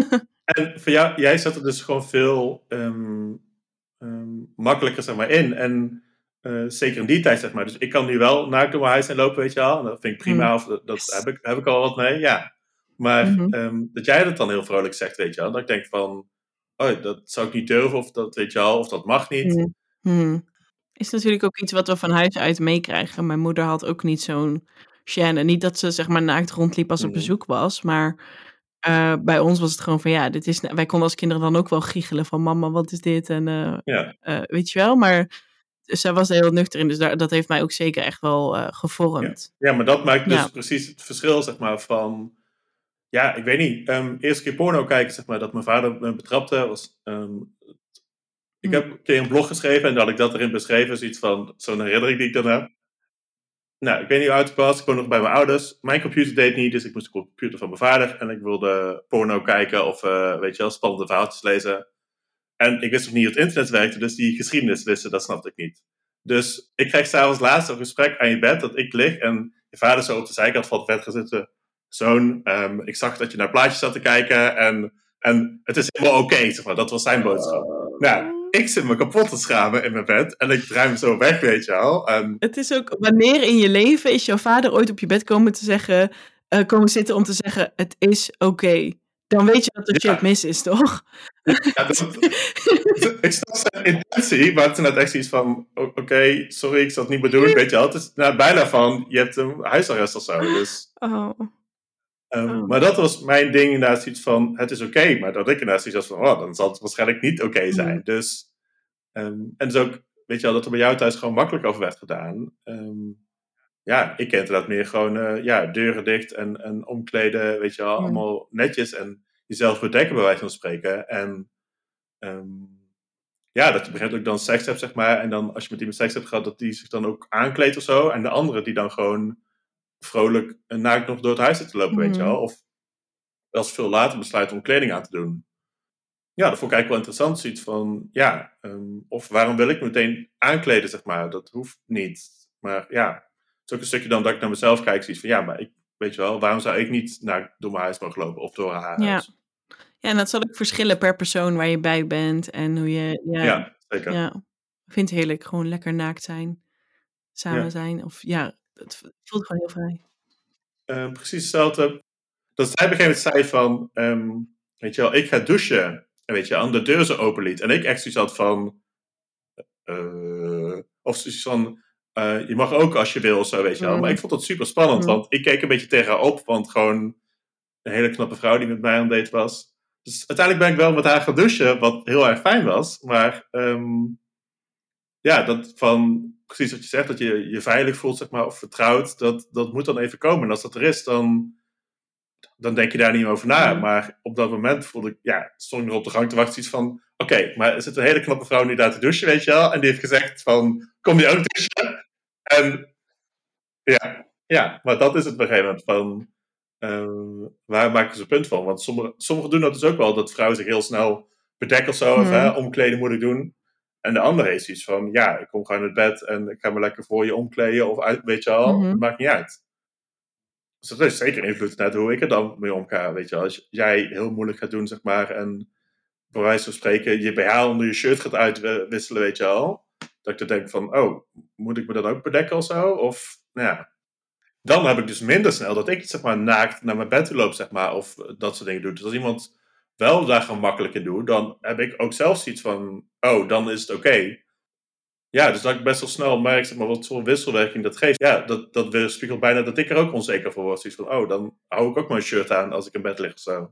Speaker 2: En voor jou, jij zat er dus gewoon veel um, um, makkelijker, zeg maar, in. En uh, zeker in die tijd, zeg maar. Dus ik kan nu wel naakt door mijn huis heen lopen, weet je wel. En dat vind ik prima, mm. of dat, dat heb, ik, heb ik al wat mee, ja. Maar mm-hmm. um, dat jij dat dan heel vrolijk zegt, weet je wel. Dat ik denk van, oh, dat zou ik niet durven, of dat, weet je wel, of dat mag niet.
Speaker 1: Mm-hmm. Is natuurlijk ook iets wat we van huis uit meekrijgen. Mijn moeder had ook niet zo'n gêne. Niet dat ze, zeg maar, naakt rondliep als er mm-hmm. bezoek was, maar... Uh, bij ons was het gewoon van ja, dit is, wij konden als kinderen dan ook wel giechelen van mama, wat is dit? En uh,
Speaker 2: ja.
Speaker 1: uh, weet je wel, maar zij was er heel nuchter in, dus daar, dat heeft mij ook zeker echt wel uh, gevormd.
Speaker 2: Ja. ja, maar dat maakt dus
Speaker 1: ja.
Speaker 2: precies het verschil, zeg maar, van ja, ik weet niet, um, eerste keer porno kijken, zeg maar, dat mijn vader me betrapte, was um, ik heb een keer een blog geschreven en dat had ik dat erin beschreven, zoiets van, zo'n herinnering die ik dan heb. Nou, ik weet niet hoe oud ik was, ik woonde nog bij mijn ouders. Mijn computer deed niet, dus ik moest de computer van mijn vader. En ik wilde porno kijken of, uh, weet je wel, spannende verhaaltjes lezen. En ik wist nog niet hoe het internet werkte, dus die geschiedenis wisten, dat snapte ik niet. Dus ik kreeg s'avonds laatst een gesprek aan je bed, dat ik lig en je vader zo op de zijkant van het bed gaat zitten. Zoon, um, ik zag dat je naar plaatjes zat te kijken en, en het is helemaal oké, okay, zeg maar. Dat was zijn boodschap. Nou, ik zit me kapot te schamen in mijn bed en ik draai me zo weg, weet je wel. En...
Speaker 1: Het is ook, wanneer in je leven is jouw vader ooit op je bed komen te zeggen, uh, komen zitten om te zeggen, het is oké. Okay. Dan weet je dat er ja. shit mis is, toch?
Speaker 2: Ja, dat, ik snap zijn intentie, maar het is net echt iets van, oké, okay, sorry, ik zal het niet meer doen, weet je wel. Het is nou, bijna van, je hebt een huisarrest of zo, dus...
Speaker 1: Oh.
Speaker 2: Um,
Speaker 1: oh.
Speaker 2: Maar dat was mijn ding inderdaad iets van, het is oké, okay, maar dat ik inderdaad iets van, oh, dan zal het waarschijnlijk niet oké okay zijn. Mm. Dus, um, en dus ook, weet je wel, dat er bij jou thuis gewoon makkelijk over werd gedaan. Um, ja, ik ken inderdaad meer gewoon, uh, ja, deuren dicht en, en omkleden, weet je wel, mm. allemaal netjes en jezelf bedekken bij wijze van spreken. En um, ja, dat je begint ook dan seks hebt, zeg maar, en dan als je met iemand seks hebt gehad, dat die zich dan ook aankleedt of zo. En de andere die dan gewoon vrolijk en naakt nog door het huis zit te lopen, mm. weet je wel. Of als veel later besluit om kleding aan te doen. Ja, dat vond ik eigenlijk wel interessant. Zoiets van, ja, um, of waarom wil ik meteen aankleden, zeg maar. Dat hoeft niet. Maar ja, het is ook een stukje dan dat ik naar mezelf kijk. Zoiets van, ja, maar ik, weet je wel, waarom zou ik niet naar, door mijn huis mogen lopen of door haar
Speaker 1: Ja.
Speaker 2: huis?
Speaker 1: Ja, en dat zal ook verschillen per persoon waar je bij bent en hoe je, ja,
Speaker 2: Ja, zeker.
Speaker 1: ja. Ik vind het heerlijk, gewoon lekker naakt zijn, samen
Speaker 2: Ja.
Speaker 1: zijn. Of ja, het voelt gewoon heel vrij.
Speaker 2: Uh, precies hetzelfde. Dat zij op een gegeven moment zei van, um, weet je wel, ik ga douchen. En weet je, aan de deur zo open liet. En ik echt zoiets had van, uh, of zoiets van, uh, je mag ook als je wil of zo, weet je wel.
Speaker 1: Mm.
Speaker 2: Maar ik vond dat super spannend, mm. want ik keek een beetje tegen haar op, want gewoon een hele knappe vrouw die met mij aan het date was. Dus uiteindelijk ben ik wel met haar gaan douchen, wat heel erg fijn was. Maar um, ja, dat van, precies wat je zegt, dat je je veilig voelt, zeg maar, of vertrouwd, dat, dat moet dan even komen. En als dat er is, dan, dan denk je daar niet over na. Mm. Maar op dat moment voelde ik, ja, stond ik nog op de gang te wachten, iets van, oké, okay, maar er zit een hele knappe vrouw nu daar te douchen, weet je wel. En die heeft gezegd van, kom je ook douchen? En ja, ja, maar dat is het op een gegeven moment van, uh, waar maken ze een punt van? Want sommigen sommige doen dat dus ook wel, dat vrouwen zich heel snel bedekken of zo, mm. of hè, omkleden moet ik doen. En de andere heeft iets van, ja, ik kom gewoon uit bed en ik ga me lekker voor je omkleden of uit, weet je al, mm-hmm. Het maakt niet uit. Dus dat heeft zeker invloed naar hoe ik er dan mee omga, weet je wel. Als jij heel moeilijk gaat doen, zeg maar, en bij wijze van spreken je B H onder je shirt gaat uitwisselen, weet je al. Dat ik dan denk van, oh, moet ik me dan ook bedekken of zo? Of, nou ja. Dan heb ik dus minder snel dat ik, zeg maar, naakt naar mijn bed toe loop, zeg maar, of dat soort dingen doe. Dus als iemand wel daar gemakkelijk in doet, dan heb ik ook zelf zoiets van, oh, dan is het oké. Okay. Ja, dus dat ik best wel snel merk, zeg maar, wat voor wisselwerking dat geeft. Ja, dat, dat weerspiegelt bijna dat ik er ook onzeker voor word. Zoiets van, oh, dan hou ik ook mijn shirt aan als ik in bed lig of zo.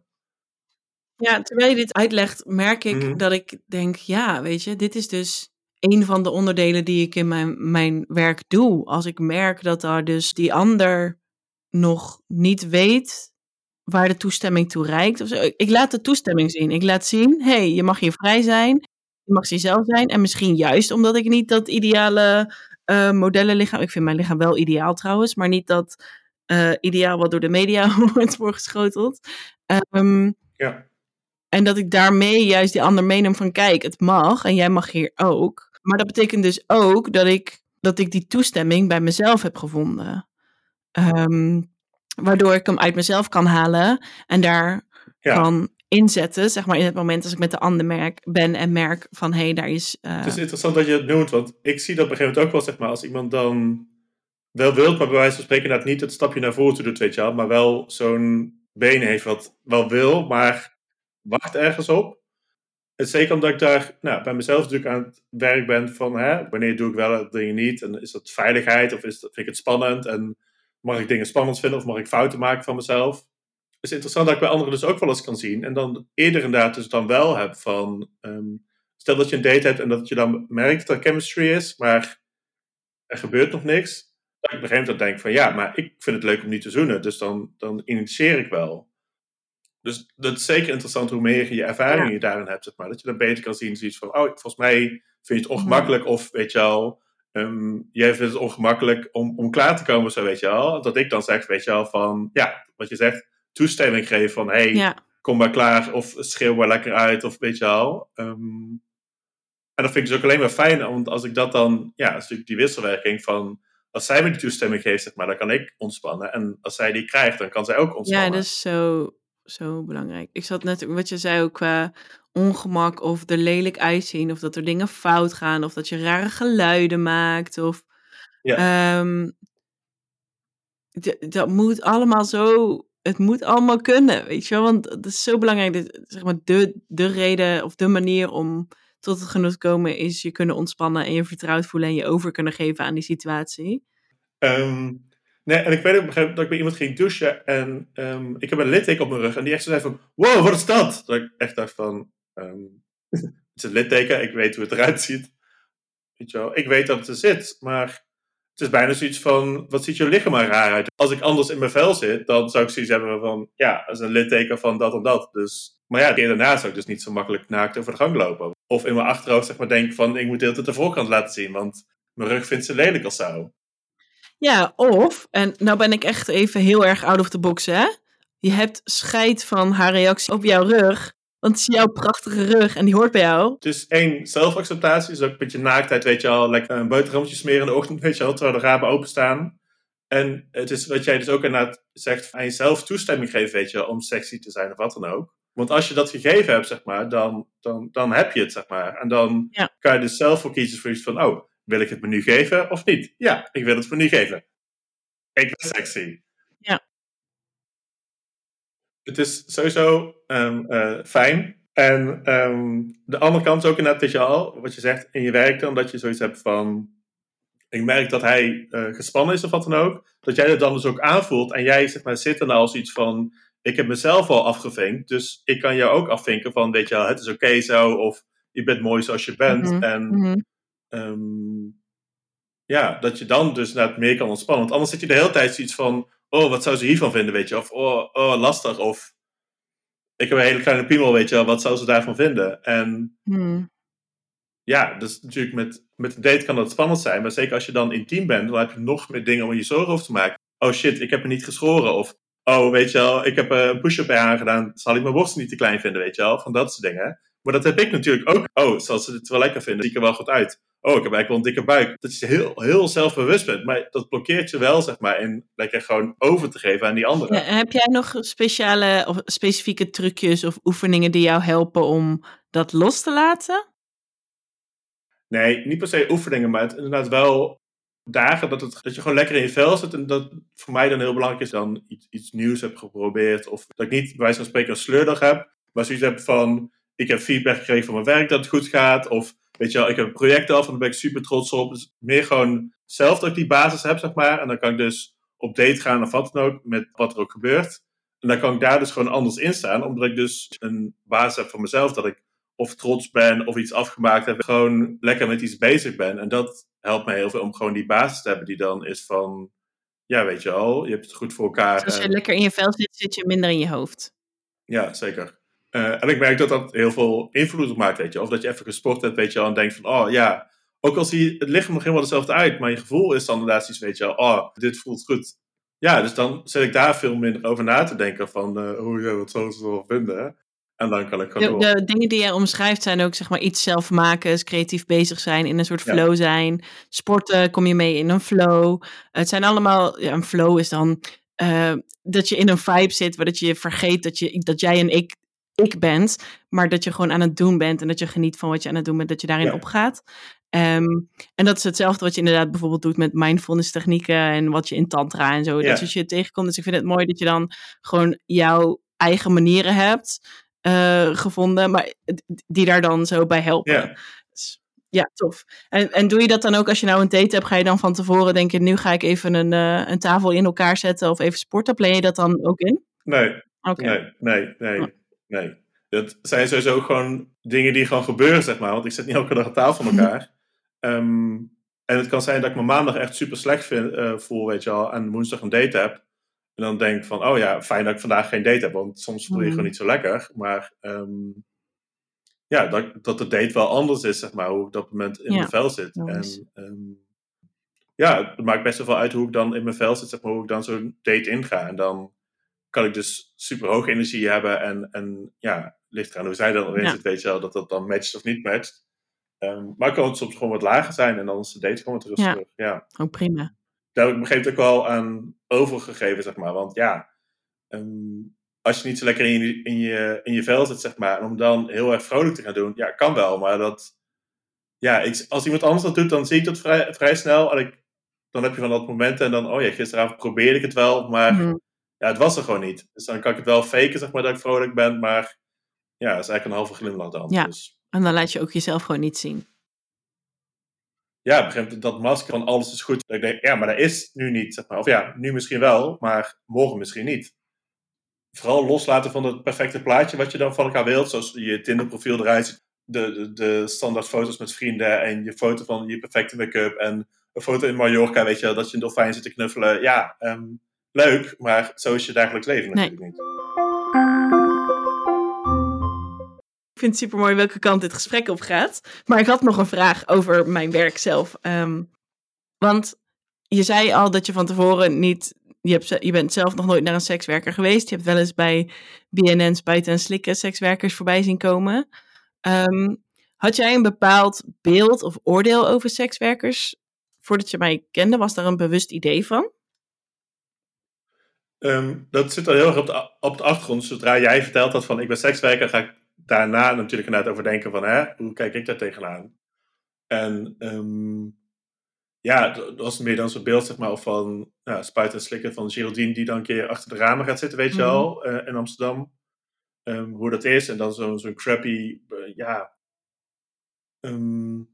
Speaker 1: Ja, terwijl je dit uitlegt, merk ik mm-hmm. dat ik denk, ja, weet je, dit is dus een van de onderdelen die ik in mijn, mijn werk doe. Als ik merk dat daar dus die ander nog niet weet waar de toestemming toe reikt. Of zo. Ik laat de toestemming zien. Ik laat zien, hé, hey, je mag hier vrij zijn. Je mag jezelf zijn. En misschien juist omdat ik niet dat ideale uh, modellenlichaam... Ik vind mijn lichaam wel ideaal trouwens, maar niet dat uh, ideaal wat door de media wordt voorgeschoteld. Um,
Speaker 2: ja.
Speaker 1: En dat ik daarmee juist die ander meeneem van, kijk, het mag en jij mag hier ook. Maar dat betekent dus ook dat ik, dat ik die toestemming bij mezelf heb gevonden. Um, waardoor ik hem uit mezelf kan halen en daar ja. kan inzetten, zeg maar in het moment als ik met de ander merk, ben en merk van, hé, hey, daar is... Uh...
Speaker 2: Het is interessant dat je het noemt, want ik zie dat op een gegeven moment ook wel, zeg maar, als iemand dan wel wilt, maar bij wijze van spreken inderdaad niet het stapje naar voren toe doet, weet je wel, maar wel zo'n been heeft wat wel wil, maar wacht ergens op. En zeker omdat ik daar nou, bij mezelf natuurlijk aan het werk ben van, hè, wanneer doe ik wel dingen niet? En is dat veiligheid of is dat, vind ik het spannend? En mag ik dingen spannend vinden of mag ik fouten maken van mezelf? Het is interessant dat ik bij anderen dus ook wel eens kan zien. En dan eerder inderdaad dus dan wel heb van, um, stel dat je een date hebt en dat je dan merkt dat er chemistry is, maar er gebeurt nog niks. Dat ik op een gegeven moment denk van, ja, maar ik vind het leuk om niet te zoenen. Dus dan, dan initieer ik wel. Dus dat is zeker interessant hoe meer je je ervaringen ja. je daarin hebt, zeg maar. Dat je dan beter kan zien, zoiets van, oh, volgens mij vind je het ongemakkelijk. Mm. Of, weet je wel, um, jij vindt het ongemakkelijk om, om klaar te komen, zo, weet je wel. Dat ik dan zeg, weet je wel, van, ja, wat je zegt, toestemming geven van, hé, hey, ja. kom maar klaar. Of schreeuw maar lekker uit, of weet je wel. Um, en dat vind ik dus ook alleen maar fijn, want als ik dat dan, ja, natuurlijk die wisselwerking van, als zij me die toestemming geeft, zeg maar, dan kan ik ontspannen. En als zij die krijgt, dan kan zij ook ontspannen.
Speaker 1: Ja, dat is zo... Zo belangrijk. Ik zat net, wat je zei ook qua ongemak of er lelijk uitzien of dat er dingen fout gaan of dat je rare geluiden maakt of ja. um, d- dat moet allemaal zo, het moet allemaal kunnen, weet je wel, want het is zo belangrijk, dat, zeg maar de, de reden of de manier om tot het genot te komen is je kunnen ontspannen en je vertrouwd voelen en je over kunnen geven aan die situatie.
Speaker 2: Um... Nee, en ik weet ook dat ik bij iemand ging douchen en um, ik heb een litteken op mijn rug en die echt zo zei van, wow, wat is dat? Dat ik echt dacht van, um, het is een litteken, ik weet hoe het eruit ziet. Weet je wel, ik weet dat het er zit, maar het is bijna zoiets van, wat ziet je lichaam er raar uit? Als ik anders in mijn vel zit, dan zou ik zoiets hebben van, ja, dat is een litteken van dat en dat. Dus, maar ja, keer daarna zou ik dus niet zo makkelijk naakt over de gang lopen. Of in mijn achterhoofd zeg maar denken van, ik moet de hele tijd de voorkant laten zien, want mijn rug vindt ze lelijk als zo.
Speaker 1: Ja, of, en nou ben ik echt even heel erg out of the box, hè. Je hebt scheid van haar reactie op jouw rug. Want het is jouw prachtige rug en die hoort bij jou.
Speaker 2: Dus één, zelfacceptatie. Dus ook een beetje naaktheid, weet je al. Lekker een boterhammetje smeren in de ochtend, weet je al. Terwijl de ramen openstaan. En het is wat jij dus ook inderdaad zegt. Aan jezelf toestemming geven, weet je wel. Om sexy te zijn of wat dan ook. Want als je dat gegeven hebt, zeg maar. Dan, dan, dan heb je het, zeg maar. En dan
Speaker 1: ja. kan
Speaker 2: je dus zelf voor kiezen voor iets van. Oh, wil ik het me nu geven of niet? Ja, ik wil het me nu geven. Ik ben sexy.
Speaker 1: Ja.
Speaker 2: Het is sowieso um, uh, fijn. En um, de andere kant is ook inderdaad, weet je al, wat je zegt in je werk dan, dat je zoiets hebt van, ik merk dat hij uh, gespannen is of wat dan ook, dat jij dat dan dus ook aanvoelt en jij zeg maar zit er nou als iets van, ik heb mezelf al afgevinkt, dus ik kan jou ook afvinken van, weet je wel, het is oké okay zo, of je bent mooi zoals je bent. Mm-hmm. En mm-hmm. Um, ja, dat je dan dus net meer kan ontspannen, want anders zit je de hele tijd zoiets van, oh, wat zou ze hiervan vinden, weet je, of oh, oh lastig, of ik heb een hele kleine piemel, weet je wel, wat zou ze daarvan vinden? En hmm. ja, dus natuurlijk met, met een date kan dat spannend zijn, maar zeker als je dan intiem bent, dan heb je nog meer dingen om je zorgen over te maken. Oh shit, ik heb me niet geschoren, of oh, weet je wel, ik heb een push-up bij haar gedaan, zal ik mijn borst niet te klein vinden, weet je wel, van dat soort dingen. Maar dat heb ik natuurlijk ook. Oh, zal ze het wel lekker vinden, zie ik er wel goed uit. Oh, ik heb eigenlijk wel een dikke buik. Dat je heel, heel zelfbewust bent. Maar dat blokkeert je wel, zeg maar, in lekker gewoon over te geven aan die anderen.
Speaker 1: Ja, heb jij nog speciale of specifieke trucjes of oefeningen die jou helpen om dat los te laten?
Speaker 2: Nee, niet per se oefeningen, maar het inderdaad wel dagen dat, het, dat je gewoon lekker in je vel zit. En dat voor mij dan heel belangrijk is, dan iets, iets nieuws heb geprobeerd. Of dat ik niet bij wijze van spreken een sleurdag heb, maar zoiets heb van, ik heb feedback gekregen van mijn werk dat het goed gaat. Of weet je wel, ik heb een project af en daar ben ik super trots op. Dus meer gewoon zelf dat ik die basis heb, zeg maar. En dan kan ik dus op date gaan of wat dan ook, met wat er ook gebeurt. En dan kan ik daar dus gewoon anders in staan. Omdat ik dus een basis heb voor mezelf. Dat ik of trots ben of iets afgemaakt heb. Gewoon lekker met iets bezig ben. En dat helpt mij heel veel om gewoon die basis te hebben. Die dan is van, ja weet je wel, je hebt het goed voor elkaar.
Speaker 1: Dus als je en lekker in je vel zit, zit je minder in je hoofd.
Speaker 2: Ja, zeker. Uh, en ik merk dat dat heel veel invloed op maakt, weet je. Of dat je even gesport hebt, weet je wel, en denkt van, oh ja, ook al zie je het lichaam nog helemaal hetzelfde uit, maar je gevoel is dan inderdaad iets, weet je wel, oh, dit voelt goed. Ja, dus dan zit ik daar veel minder over na te denken van, uh, oh ja, wat zou ze wel vinden? En dan kan ik gewoon
Speaker 1: de, de dingen die jij omschrijft zijn ook, zeg maar, iets zelf maken, dus creatief bezig zijn, in een soort flow ja. zijn. Sporten, kom je mee in een flow. Het zijn allemaal, ja, een flow is dan uh, dat je in een vibe zit, waar dat je vergeet dat, je, dat jij en ik ik bent, maar dat je gewoon aan het doen bent en dat je geniet van wat je aan het doen bent, dat je daarin ja. opgaat. Um, en dat is hetzelfde wat je inderdaad bijvoorbeeld doet met mindfulness technieken en wat je in tantra en zo, ja. dat als je tegenkomt. Dus ik vind het mooi dat je dan gewoon jouw eigen manieren hebt uh, gevonden, maar die daar dan zo bij helpen.
Speaker 2: Ja,
Speaker 1: dus, ja tof. En, en doe je dat dan ook als je nou een date hebt, ga je dan van tevoren denken, nu ga ik even een, uh, een tafel in elkaar zetten of even sporten? Plan je dat dan ook in?
Speaker 2: Nee, okay. nee, nee, nee. Oh. Nee, dat zijn sowieso gewoon dingen die gewoon gebeuren, zeg maar. Want ik zit niet elke dag aan tafel van elkaar. um, en het kan zijn dat ik me maandag echt super slecht vind, uh, voel, weet je wel. En woensdag een date heb. En dan denk ik van, oh ja, fijn dat ik vandaag geen date heb. Want soms voel je je gewoon niet zo lekker. Maar um, ja, dat, dat de date wel anders is, zeg maar. Hoe ik op dat moment in ja, mijn vel zit. En um, ja, het maakt best wel veel uit hoe ik dan in mijn vel zit, zeg maar. Hoe ik dan zo'n date inga. En dan kan ik dus super hoge energie hebben en, en ja, ligt eraan hoe zij dan erin ja. zit, weet je wel, dat dat dan matcht of niet matcht. Um, maar kan het soms gewoon wat lager zijn en dan is de date gewoon wat rustiger. Ja, ja.
Speaker 1: Oh, prima.
Speaker 2: Daar heb ik me gegeven ook wel aan overgegeven, zeg maar, want ja, um, als je niet zo lekker in je, in, je, in je vel zit, zeg maar, en om dan heel erg vrolijk te gaan doen, ja, kan wel, maar dat, ja, ik, als iemand anders dat doet, dan zie ik dat vrij, vrij snel en ik, dan heb je van dat momenten en dan, oh ja, gisteravond probeerde ik het wel, maar mm-hmm. ja, het was er gewoon niet. Dus dan kan ik het wel faken, zeg maar, dat ik vrolijk ben. Maar ja, dat is eigenlijk een halve glimlach dan.
Speaker 1: Ja,
Speaker 2: dus.
Speaker 1: En dan laat je ook jezelf gewoon niet zien.
Speaker 2: Ja, op een gegeven moment dat masker van alles is goed. Dat ik denk, ja, maar dat is nu niet, zeg maar. Of ja, nu misschien wel, maar morgen misschien niet. Vooral loslaten van het perfecte plaatje wat je dan van elkaar wilt. Zoals je Tinder profiel eruit ziet. De, de, de standaard foto's met vrienden. En je foto van je perfecte make-up. En een foto in Mallorca, weet je, dat je een dolfijn zit te knuffelen. Ja, um, leuk, maar zo is je dagelijks leven natuurlijk nee. niet.
Speaker 1: Ik vind het super mooi welke kant dit gesprek op gaat. Maar ik had nog een vraag over mijn werk zelf. Um, want je zei al dat je van tevoren niet je, hebt, je bent zelf nog nooit naar een sekswerker geweest. Je hebt wel eens bij B N N Spuiten en Slikken sekswerkers voorbij zien komen. Um, had jij een bepaald beeld of oordeel over sekswerkers? Voordat je mij kende, was daar een bewust idee van?
Speaker 2: Um, dat zit al heel erg op de, op de achtergrond. Zodra jij vertelt dat van ik ben sekswerker, ga ik daarna natuurlijk inderdaad over denken van hè, hoe kijk ik daar tegenaan? En um, ja, dat was meer dan zo'n beeld zeg maar van ja, spuiten en slikken van Geraldine die dan een keer achter de ramen gaat zitten, weet je
Speaker 1: Mm-hmm.
Speaker 2: wel, uh, in Amsterdam. Um, hoe dat is. En dan zo'n zo'n crappy, uh, ja... Um,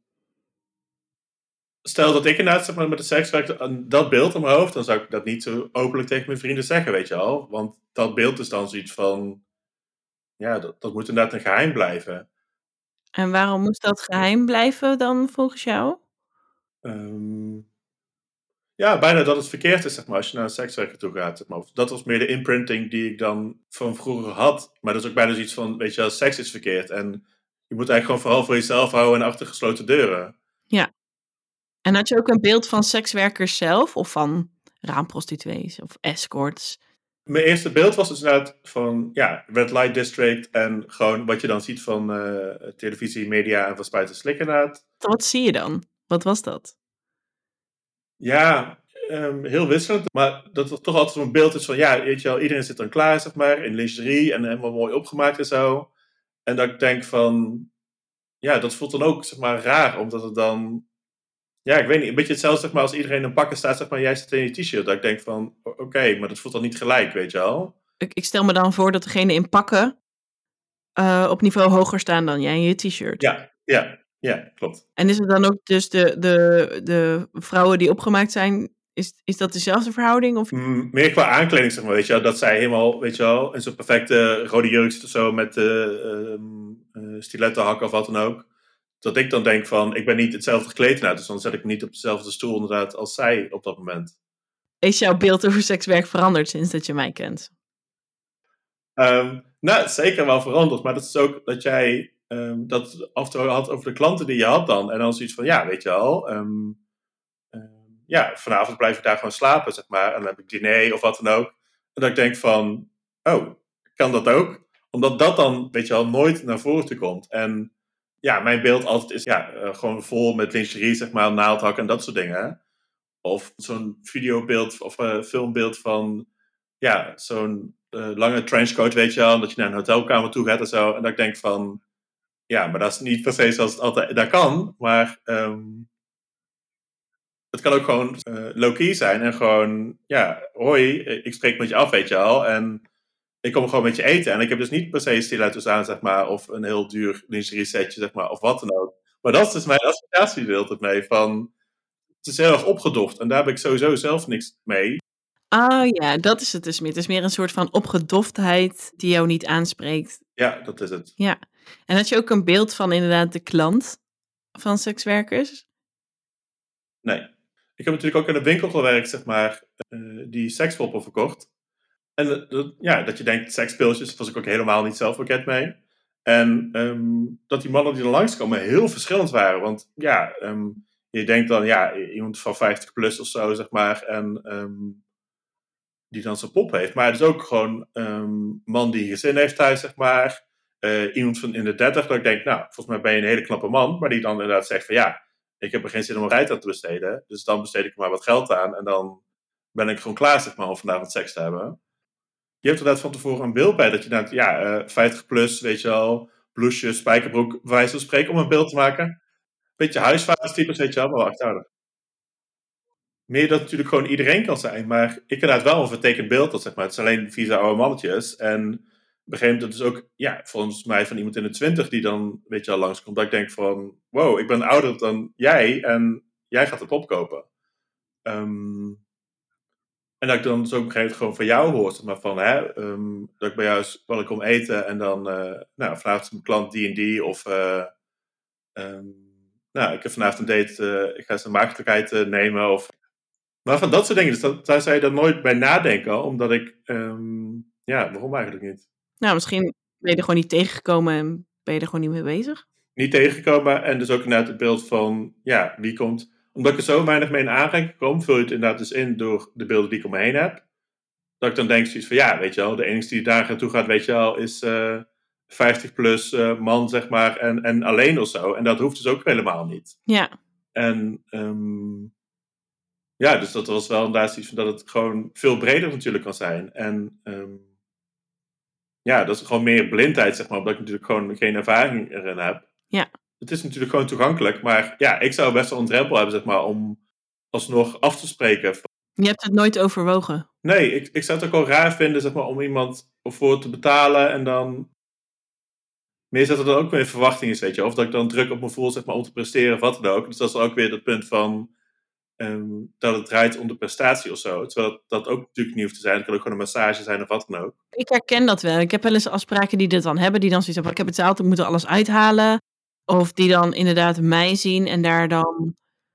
Speaker 2: stel dat ik inderdaad zeg maar, met de seks werk, dat beeld in mijn hoofd, dan zou ik dat niet zo openlijk tegen mijn vrienden zeggen, weet je al. Want dat beeld is dan zoiets van, ja, dat, dat moet inderdaad een geheim blijven.
Speaker 1: En waarom moest dat geheim blijven dan volgens jou?
Speaker 2: Um, ja, bijna dat het verkeerd is, zeg maar, als je naar een sekswerker toe gaat. Zeg maar. Dat was meer de imprinting die ik dan van vroeger had. Maar dat is ook bijna zoiets van, weet je wel, seks is verkeerd. En je moet eigenlijk gewoon vooral voor jezelf houden en achter gesloten deuren.
Speaker 1: Ja. En had je ook een beeld van sekswerkers zelf? Of van raamprostituees of escorts?
Speaker 2: Mijn eerste beeld was dus inderdaad van, ja, Red Light District. En gewoon wat je dan ziet van uh, televisie, media en van spuiten en slikken inderdaad.
Speaker 1: Wat zie je dan? Wat was dat?
Speaker 2: Ja, um, heel wisselend. Maar dat er toch altijd zo'n beeld is van, ja, weet je wel, iedereen zit dan klaar, zeg maar, in lingerie en helemaal mooi opgemaakt en zo. En dat ik denk van, ja, dat voelt dan ook, zeg maar, raar, omdat het dan, ja, ik weet niet, een beetje hetzelfde, zeg maar, als iedereen in pakken staat, zeg maar, jij zit in je t-shirt. Dat ik denk van, oké, okay, maar dat voelt dan niet gelijk, weet je wel.
Speaker 1: Ik, ik stel me dan voor dat degene in pakken uh, op niveau hoger staan dan jij in je t-shirt.
Speaker 2: Ja, ja, ja, klopt.
Speaker 1: En is het dan ook dus de, de, de vrouwen die opgemaakt zijn, is, is dat dezelfde verhouding? Of?
Speaker 2: Mm, meer qua aankleding, zeg maar, weet je wel. Dat zij helemaal, weet je wel, in zo'n perfecte rode jurk zit of zo met uh, um, uh, stilettohakken of wat dan ook. Dat ik dan denk van, ik ben niet hetzelfde gekleed inderdaad, dus dan zet ik me niet op dezelfde stoel inderdaad als zij op dat moment.
Speaker 1: Is jouw beeld over sekswerk veranderd sinds dat je mij kent?
Speaker 2: Um, nou, zeker wel veranderd, maar dat is ook dat jij um, dat af en toe had over de klanten die je had dan. En dan zoiets van, ja, weet je wel, um, um, ja, vanavond blijf ik daar gewoon slapen, zeg maar. En dan heb ik diner of wat dan ook. En dat ik denk van, oh, kan dat ook? Omdat dat dan, weet je wel, nooit naar voren toe komt. En ja, mijn beeld altijd is, ja, uh, gewoon vol met lingerie, zeg maar, naaldhakken en dat soort dingen. Of zo'n videobeeld of uh, filmbeeld van, ja, zo'n uh, lange trenchcoat, weet je wel, dat je naar een hotelkamer toe gaat en zo. En dat ik denk van, ja, maar dat is niet per se zoals het altijd, dat kan, maar um, het kan ook gewoon uh, low-key zijn en gewoon, ja, hoi, ik spreek met je af, weet je wel, en ik kom gewoon met je eten. En ik heb dus niet per se stiletto's aan, zeg maar, of een heel duur lingerie setje, zeg maar, of wat dan ook. Maar dat is dus mijn associatie er altijd mee, van, het is heel erg opgedoft en daar heb ik sowieso zelf niks mee.
Speaker 1: Ah ja, dat is het dus meer. Het is meer een soort van opgedoftheid die jou niet aanspreekt.
Speaker 2: Ja, dat is het.
Speaker 1: Ja. En had je ook een beeld van inderdaad de klant van sekswerkers?
Speaker 2: Nee. Ik heb natuurlijk ook in een winkel gewerkt, zeg maar, uh, die sekspoppen verkocht. En uh, ja, dat je denkt, seksspeeltjes, was ik ook helemaal niet zelf bekend mee. En um, dat die mannen die er langskomen heel verschillend waren. Want ja, um, je denkt dan, ja, iemand van vijftig plus of zo, zeg maar, en um, die dan zijn pop heeft. Maar het is ook gewoon een um, man die een gezin heeft thuis, zeg maar. Uh, iemand van in de dertig, dat ik denk, nou, volgens mij ben je een hele knappe man. Maar die dan inderdaad zegt van, ja, ik heb er geen zin om een rijt aan te besteden. Dus dan besteed ik er maar wat geld aan. En dan ben ik gewoon klaar, zeg maar, om vandaag wat seks te hebben. Je hebt inderdaad van tevoren een beeld bij dat je inderdaad, ja, uh, vijftig plus, weet je wel, blouseje, spijkerbroek, bij wijze van spreken, om een beeld te maken. Beetje huisvaderstypes, weet je wel, maar wel achterhouden. Meer dat natuurlijk gewoon iedereen kan zijn, maar ik inderdaad wel een vertekend beeld, dat zeg maar. Het is alleen vieze oude mannetjes. En op een gegeven moment, dat is ook, ja, volgens mij van iemand in de twintig die dan, weet je wel, langskomt. Dat ik denk van, wow, ik ben ouder dan jij en jij gaat het opkopen. Um, en dat ik dan zo op een gegeven moment gewoon van jou hoor, zeg maar, van, hè, um, dat ik bij jou wel kom eten en dan, uh, nou, vanavond is mijn klant die en die, of, uh, um, nou, ik heb vanavond een date, uh, ik ga zijn maagdelijkheid uh, nemen, of... Maar van dat soort dingen, dus dat, daar zou je dan nooit bij nadenken, omdat ik, um, ja, waarom eigenlijk niet?
Speaker 1: Nou, misschien ben je er gewoon niet tegengekomen en ben je er gewoon niet mee bezig.
Speaker 2: Niet tegengekomen en dus ook inderdaad het beeld van, ja, wie komt... Omdat ik er zo weinig mee in aanraking kom, vul je het inderdaad dus in door de beelden die ik om me heen heb. dat ik dan denk zoiets van, ja, weet je wel, de enige die daar naartoe gaat, weet je wel, is uh, vijftig plus uh, man, zeg maar, en, en alleen of zo. En dat hoeft dus ook helemaal niet.
Speaker 1: Ja.
Speaker 2: En um, ja, dus dat was wel inderdaad iets van dat het gewoon veel breder natuurlijk kan zijn. En um, ja, dat is gewoon meer blindheid, zeg maar, omdat ik natuurlijk gewoon geen ervaring erin heb.
Speaker 1: Ja.
Speaker 2: Het is natuurlijk gewoon toegankelijk, maar ja, ik zou best wel een drempel hebben, zeg maar, om alsnog af te spreken.
Speaker 1: Je hebt het nooit overwogen?
Speaker 2: Nee, ik, ik zou het ook wel raar vinden, zeg maar, om iemand voor te betalen en dan... Meer dat er dan ook weer een verwachting is, weet je. Of dat ik dan druk op me voel, zeg maar, om te presteren of wat dan ook. Dus dat is ook weer het punt van... Um, dat het draait om de prestatie of zo. Terwijl dat, dat ook natuurlijk niet hoeft te zijn. Het kan ook gewoon een massage zijn of wat dan ook.
Speaker 1: Ik herken dat wel. Ik heb wel eens afspraken die dit dan hebben. Die dan zoiets hebben, ik heb het betaald, ik moet er alles uithalen. Of die dan inderdaad mij zien en daar dan...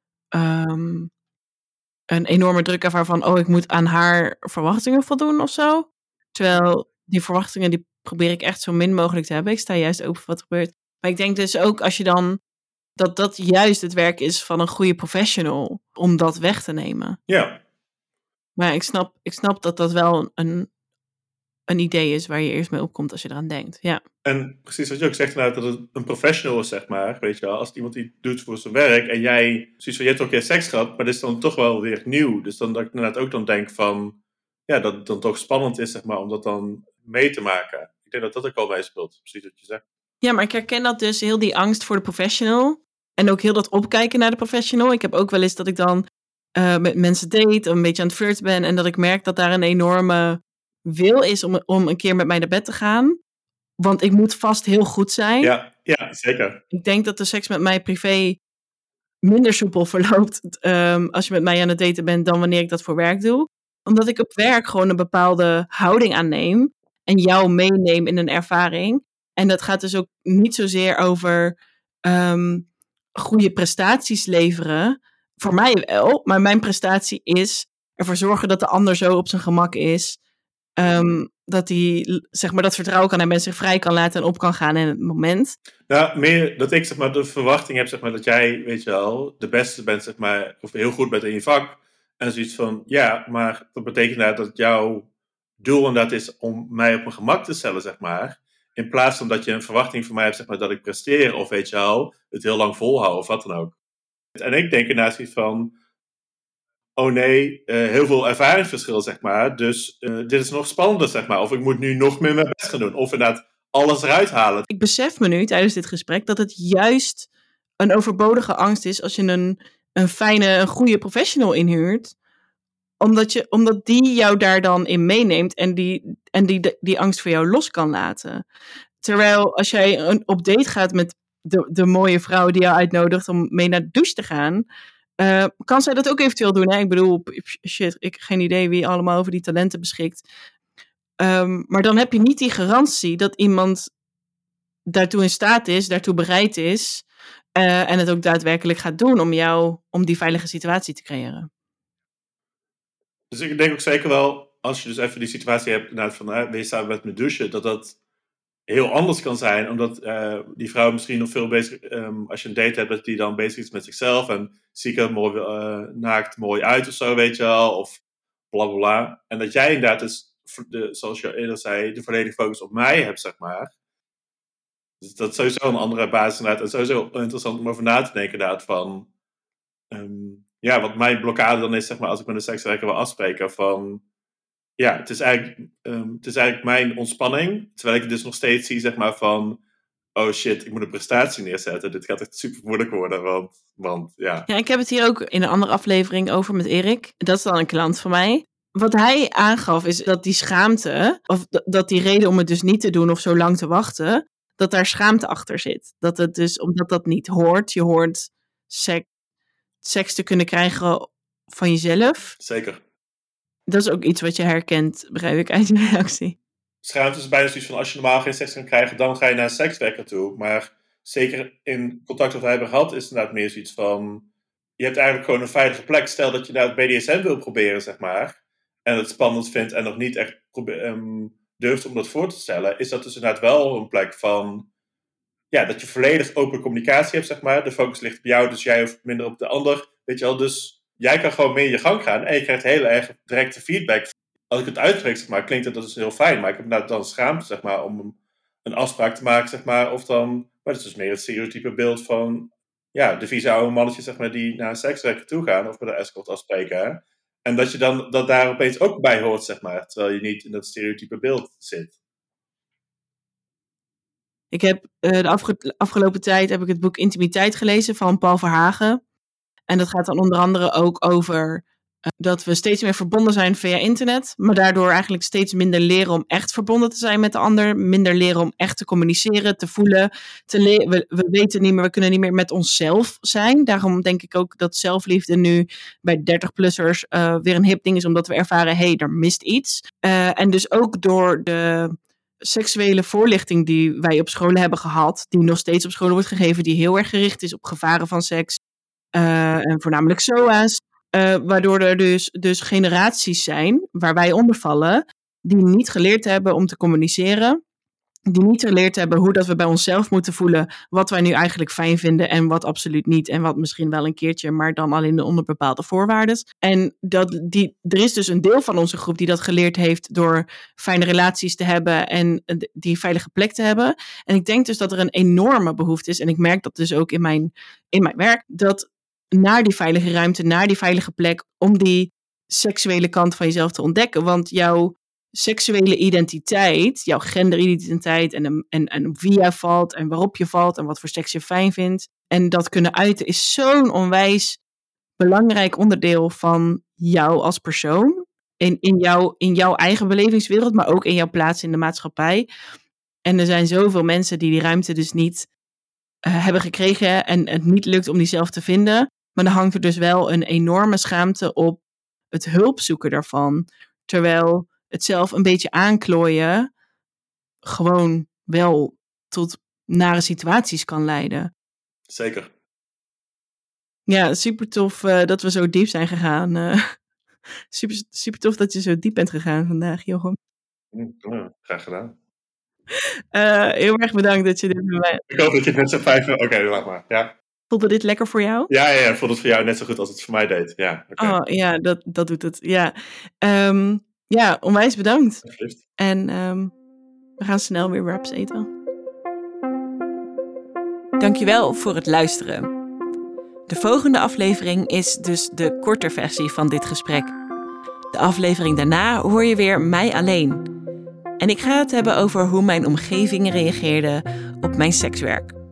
Speaker 1: Um, een enorme druk ervaren van, oh, ik moet aan haar verwachtingen voldoen of zo. Terwijl die verwachtingen, die probeer ik echt zo min mogelijk te hebben. Ik sta juist open voor wat er gebeurt. Maar ik denk dus ook als je dan, dat dat juist het werk is van een goede professional, om dat weg te nemen.
Speaker 2: Ja.
Speaker 1: Maar ik snap, ik snap dat dat wel een, een idee is waar je eerst mee opkomt als je eraan denkt. Ja.
Speaker 2: En precies wat je ook zegt, nou, dat het een professional is, zeg maar. Weet je wel, als iemand die doet voor zijn werk en jij, zoiets van, je hebt ook een keer seks gehad, maar dat is dan toch wel weer nieuw. Dus dan dat ik inderdaad ook dan denk van, ja, dat het dan toch spannend is, zeg maar, om dat dan mee te maken. Ik denk dat dat ook al meespeelt, precies wat je zegt.
Speaker 1: Ja, maar ik herken dat dus, heel die angst voor de professional. En ook heel dat opkijken naar de professional. Ik heb ook wel eens dat ik dan uh, met mensen date, een beetje aan het flirten ben. En dat ik merk dat daar een enorme wil is om, om een keer met mij naar bed te gaan. Want ik moet vast heel goed zijn.
Speaker 2: Ja, ja, zeker.
Speaker 1: Ik denk dat de seks met mij privé minder soepel verloopt um, als je met mij aan het daten bent dan wanneer ik dat voor werk doe. Omdat ik op werk gewoon een bepaalde houding aanneem. En jou meeneem in een ervaring. En dat gaat dus ook niet zozeer over um, goede prestaties leveren. Voor mij wel, maar mijn prestatie is ervoor zorgen dat de ander zo op zijn gemak is. Um, dat hij, zeg maar, dat vertrouwen kan hebben en zich vrij kan laten en op kan gaan in het moment.
Speaker 2: Nou, meer dat ik, zeg maar, de verwachting heb, zeg maar, dat jij, weet je wel, de beste bent, zeg maar, of heel goed bent in je vak. En zoiets van, ja, maar dat betekent nou dat jouw doel inderdaad is om mij op mijn gemak te stellen, zeg maar. In plaats van dat je een verwachting van mij hebt, zeg maar, dat ik presteer, of weet je wel, het heel lang volhoud, of wat dan ook. En ik denk inderdaad zoiets van, oh nee, uh, heel veel ervaringsverschil, zeg maar. Dus uh, dit is nog spannender, zeg maar. Of ik moet nu nog meer mijn best gaan doen. Of inderdaad alles eruit halen.
Speaker 1: Ik besef me nu tijdens dit gesprek dat het juist een overbodige angst is als je een, een fijne, een goede professional inhuurt. Omdat, je, omdat die jou daar dan in meeneemt en die, en die, die angst voor jou los kan laten. Terwijl als jij een, op date gaat met de, de mooie vrouw die jou uitnodigt om mee naar de douche te gaan, uh, kan zij dat ook eventueel doen. Hè? Ik bedoel, shit, ik heb geen idee wie allemaal over die talenten beschikt. Um, maar dan heb je niet die garantie dat iemand daartoe in staat is, daartoe bereid is uh, en het ook daadwerkelijk gaat doen om jou, om die veilige situatie te creëren.
Speaker 2: Dus ik denk ook zeker wel, als je dus even die situatie hebt inderdaad van, uh, wees samen met me douchen, dat dat heel anders kan zijn, omdat uh, die vrouw misschien nog veel bezig, um, als je een date hebt, dat die dan bezig is met zichzelf en ziet er mooi, uh, naakt mooi uit of zo, weet je wel, of bla bla bla. En dat jij inderdaad dus, de, zoals je eerder zei, de volledige focus op mij hebt, zeg maar. Dus dat is sowieso een andere basis inderdaad. En sowieso interessant om over na te denken inderdaad van... Um, ja, wat mijn blokkade dan is, zeg maar, als ik met een sekswerker wil afspreken van... Ja, het is, eigenlijk, um, het is eigenlijk mijn ontspanning. Terwijl ik het dus nog steeds zie, zeg maar, van... Oh shit, ik moet een prestatie neerzetten. Dit gaat echt super moeilijk worden, want, want ja...
Speaker 1: Ja, ik heb het hier ook in een andere aflevering over met Erik. Dat is dan een klant van mij. Wat hij aangaf is dat die schaamte, of d- dat die reden om het dus niet te doen of zo lang te wachten, dat daar schaamte achter zit. Dat het dus, omdat dat niet hoort, je hoort seks, seks te kunnen krijgen van jezelf.
Speaker 2: Zeker.
Speaker 1: Dat is ook iets wat je herkent, begrijp ik uit je reactie.
Speaker 2: Schaamte is bijna zoiets van, als je normaal geen seks kan krijgen, dan ga je naar een sekswerker toe. Maar zeker in contact dat wij hebben gehad, is het inderdaad meer zoiets van... Je hebt eigenlijk gewoon een veilige plek. Stel dat je naar het B D S M wil proberen, zeg maar. En het spannend vindt en nog niet echt probeer, um, durft om dat voor te stellen. Is dat dus inderdaad wel een plek van... Ja, dat je volledig open communicatie hebt, zeg maar. De focus ligt op jou, dus jij hoeft minder op de ander. Weet je wel, dus jij kan gewoon meer je gang gaan. En je krijgt heel erg directe feedback. als ik het uitspreek, zeg maar, klinkt het dus heel fijn. Maar ik heb nou dan schaamte, zeg maar, om een afspraak te maken, zeg maar. Of dan, maar dat is dus meer het stereotype beeld van, ja, de vieze oude mannetjes, zeg maar, die naar een sekswerker toe gaan. Of bij de escort afspreken, hè. En dat je dan, dat daar opeens ook bij hoort, zeg maar. Terwijl je niet in dat stereotype beeld zit.
Speaker 1: Ik heb uh, de afge- afgelopen tijd heb ik het boek Intimiteit gelezen van Paul Verhagen. En dat gaat dan onder andere ook over uh, dat we steeds meer verbonden zijn via internet. Maar daardoor eigenlijk steeds minder leren om echt verbonden te zijn met de ander. Minder leren om echt te communiceren, te voelen. Te le- we, we weten niet meer, we kunnen niet meer met onszelf zijn. Daarom denk ik ook dat zelfliefde nu bij dertig-plussers uh, weer een hip ding is. Omdat we ervaren, hé, hey, er mist iets. Uh, en dus ook door de seksuele voorlichting die wij op scholen hebben gehad. Die nog steeds op scholen wordt gegeven. Die heel erg gericht is op gevaren van seks. Uh, en voornamelijk S O A's, uh, waardoor er dus, dus generaties zijn, waar wij onder vallen, die niet geleerd hebben om te communiceren, die niet geleerd hebben hoe dat we bij onszelf moeten voelen, wat wij nu eigenlijk fijn vinden en wat absoluut niet, en wat misschien wel een keertje, maar dan alleen onder bepaalde voorwaarden. En dat die, er is dus een deel van onze groep die dat geleerd heeft door fijne relaties te hebben en die veilige plek te hebben. En ik denk dus dat er een enorme behoefte is, en ik merk dat dus ook in mijn, in mijn werk, dat naar die veilige ruimte, naar die veilige plek, om die seksuele kant van jezelf te ontdekken. Want jouw seksuele identiteit, jouw genderidentiteit en, en, en op wie jij valt en waarop je valt en wat voor seks je fijn vindt. En dat kunnen uiten is zo'n onwijs belangrijk onderdeel van jou als persoon. In, in, jou, in jouw eigen belevingswereld, maar ook in jouw plaats in de maatschappij. En er zijn zoveel mensen die die ruimte dus niet uh, hebben gekregen en het niet lukt om die zelf te vinden. Maar dan hangt er dus wel een enorme schaamte op het hulp zoeken daarvan. Terwijl het zelf een beetje aanklooien gewoon wel tot nare situaties kan leiden.
Speaker 2: Zeker.
Speaker 1: Ja, super tof uh, dat we zo diep zijn gegaan. Uh, super, super tof dat je zo diep bent gegaan vandaag, Jochem.
Speaker 2: Ja, graag gedaan.
Speaker 1: Uh, heel erg bedankt dat je dit bij mij...
Speaker 2: Ik hoop dat je het net zo fijn vindt. Oké, okay, laat maar. Ja.
Speaker 1: Voelde dit lekker voor jou?
Speaker 2: Ja, ja, ja, voelde het voor jou net zo goed als het voor mij deed. Ja,
Speaker 1: okay. Oh ja, dat, dat doet het. Ja, um, ja onwijs bedankt.
Speaker 2: Alsjeblieft.
Speaker 1: En um, we gaan snel weer wraps eten. Dankjewel voor het luisteren. De volgende aflevering is dus de korte versie van dit gesprek. De aflevering daarna hoor je weer mij alleen. En ik ga het hebben over hoe mijn omgeving reageerde op mijn sekswerk.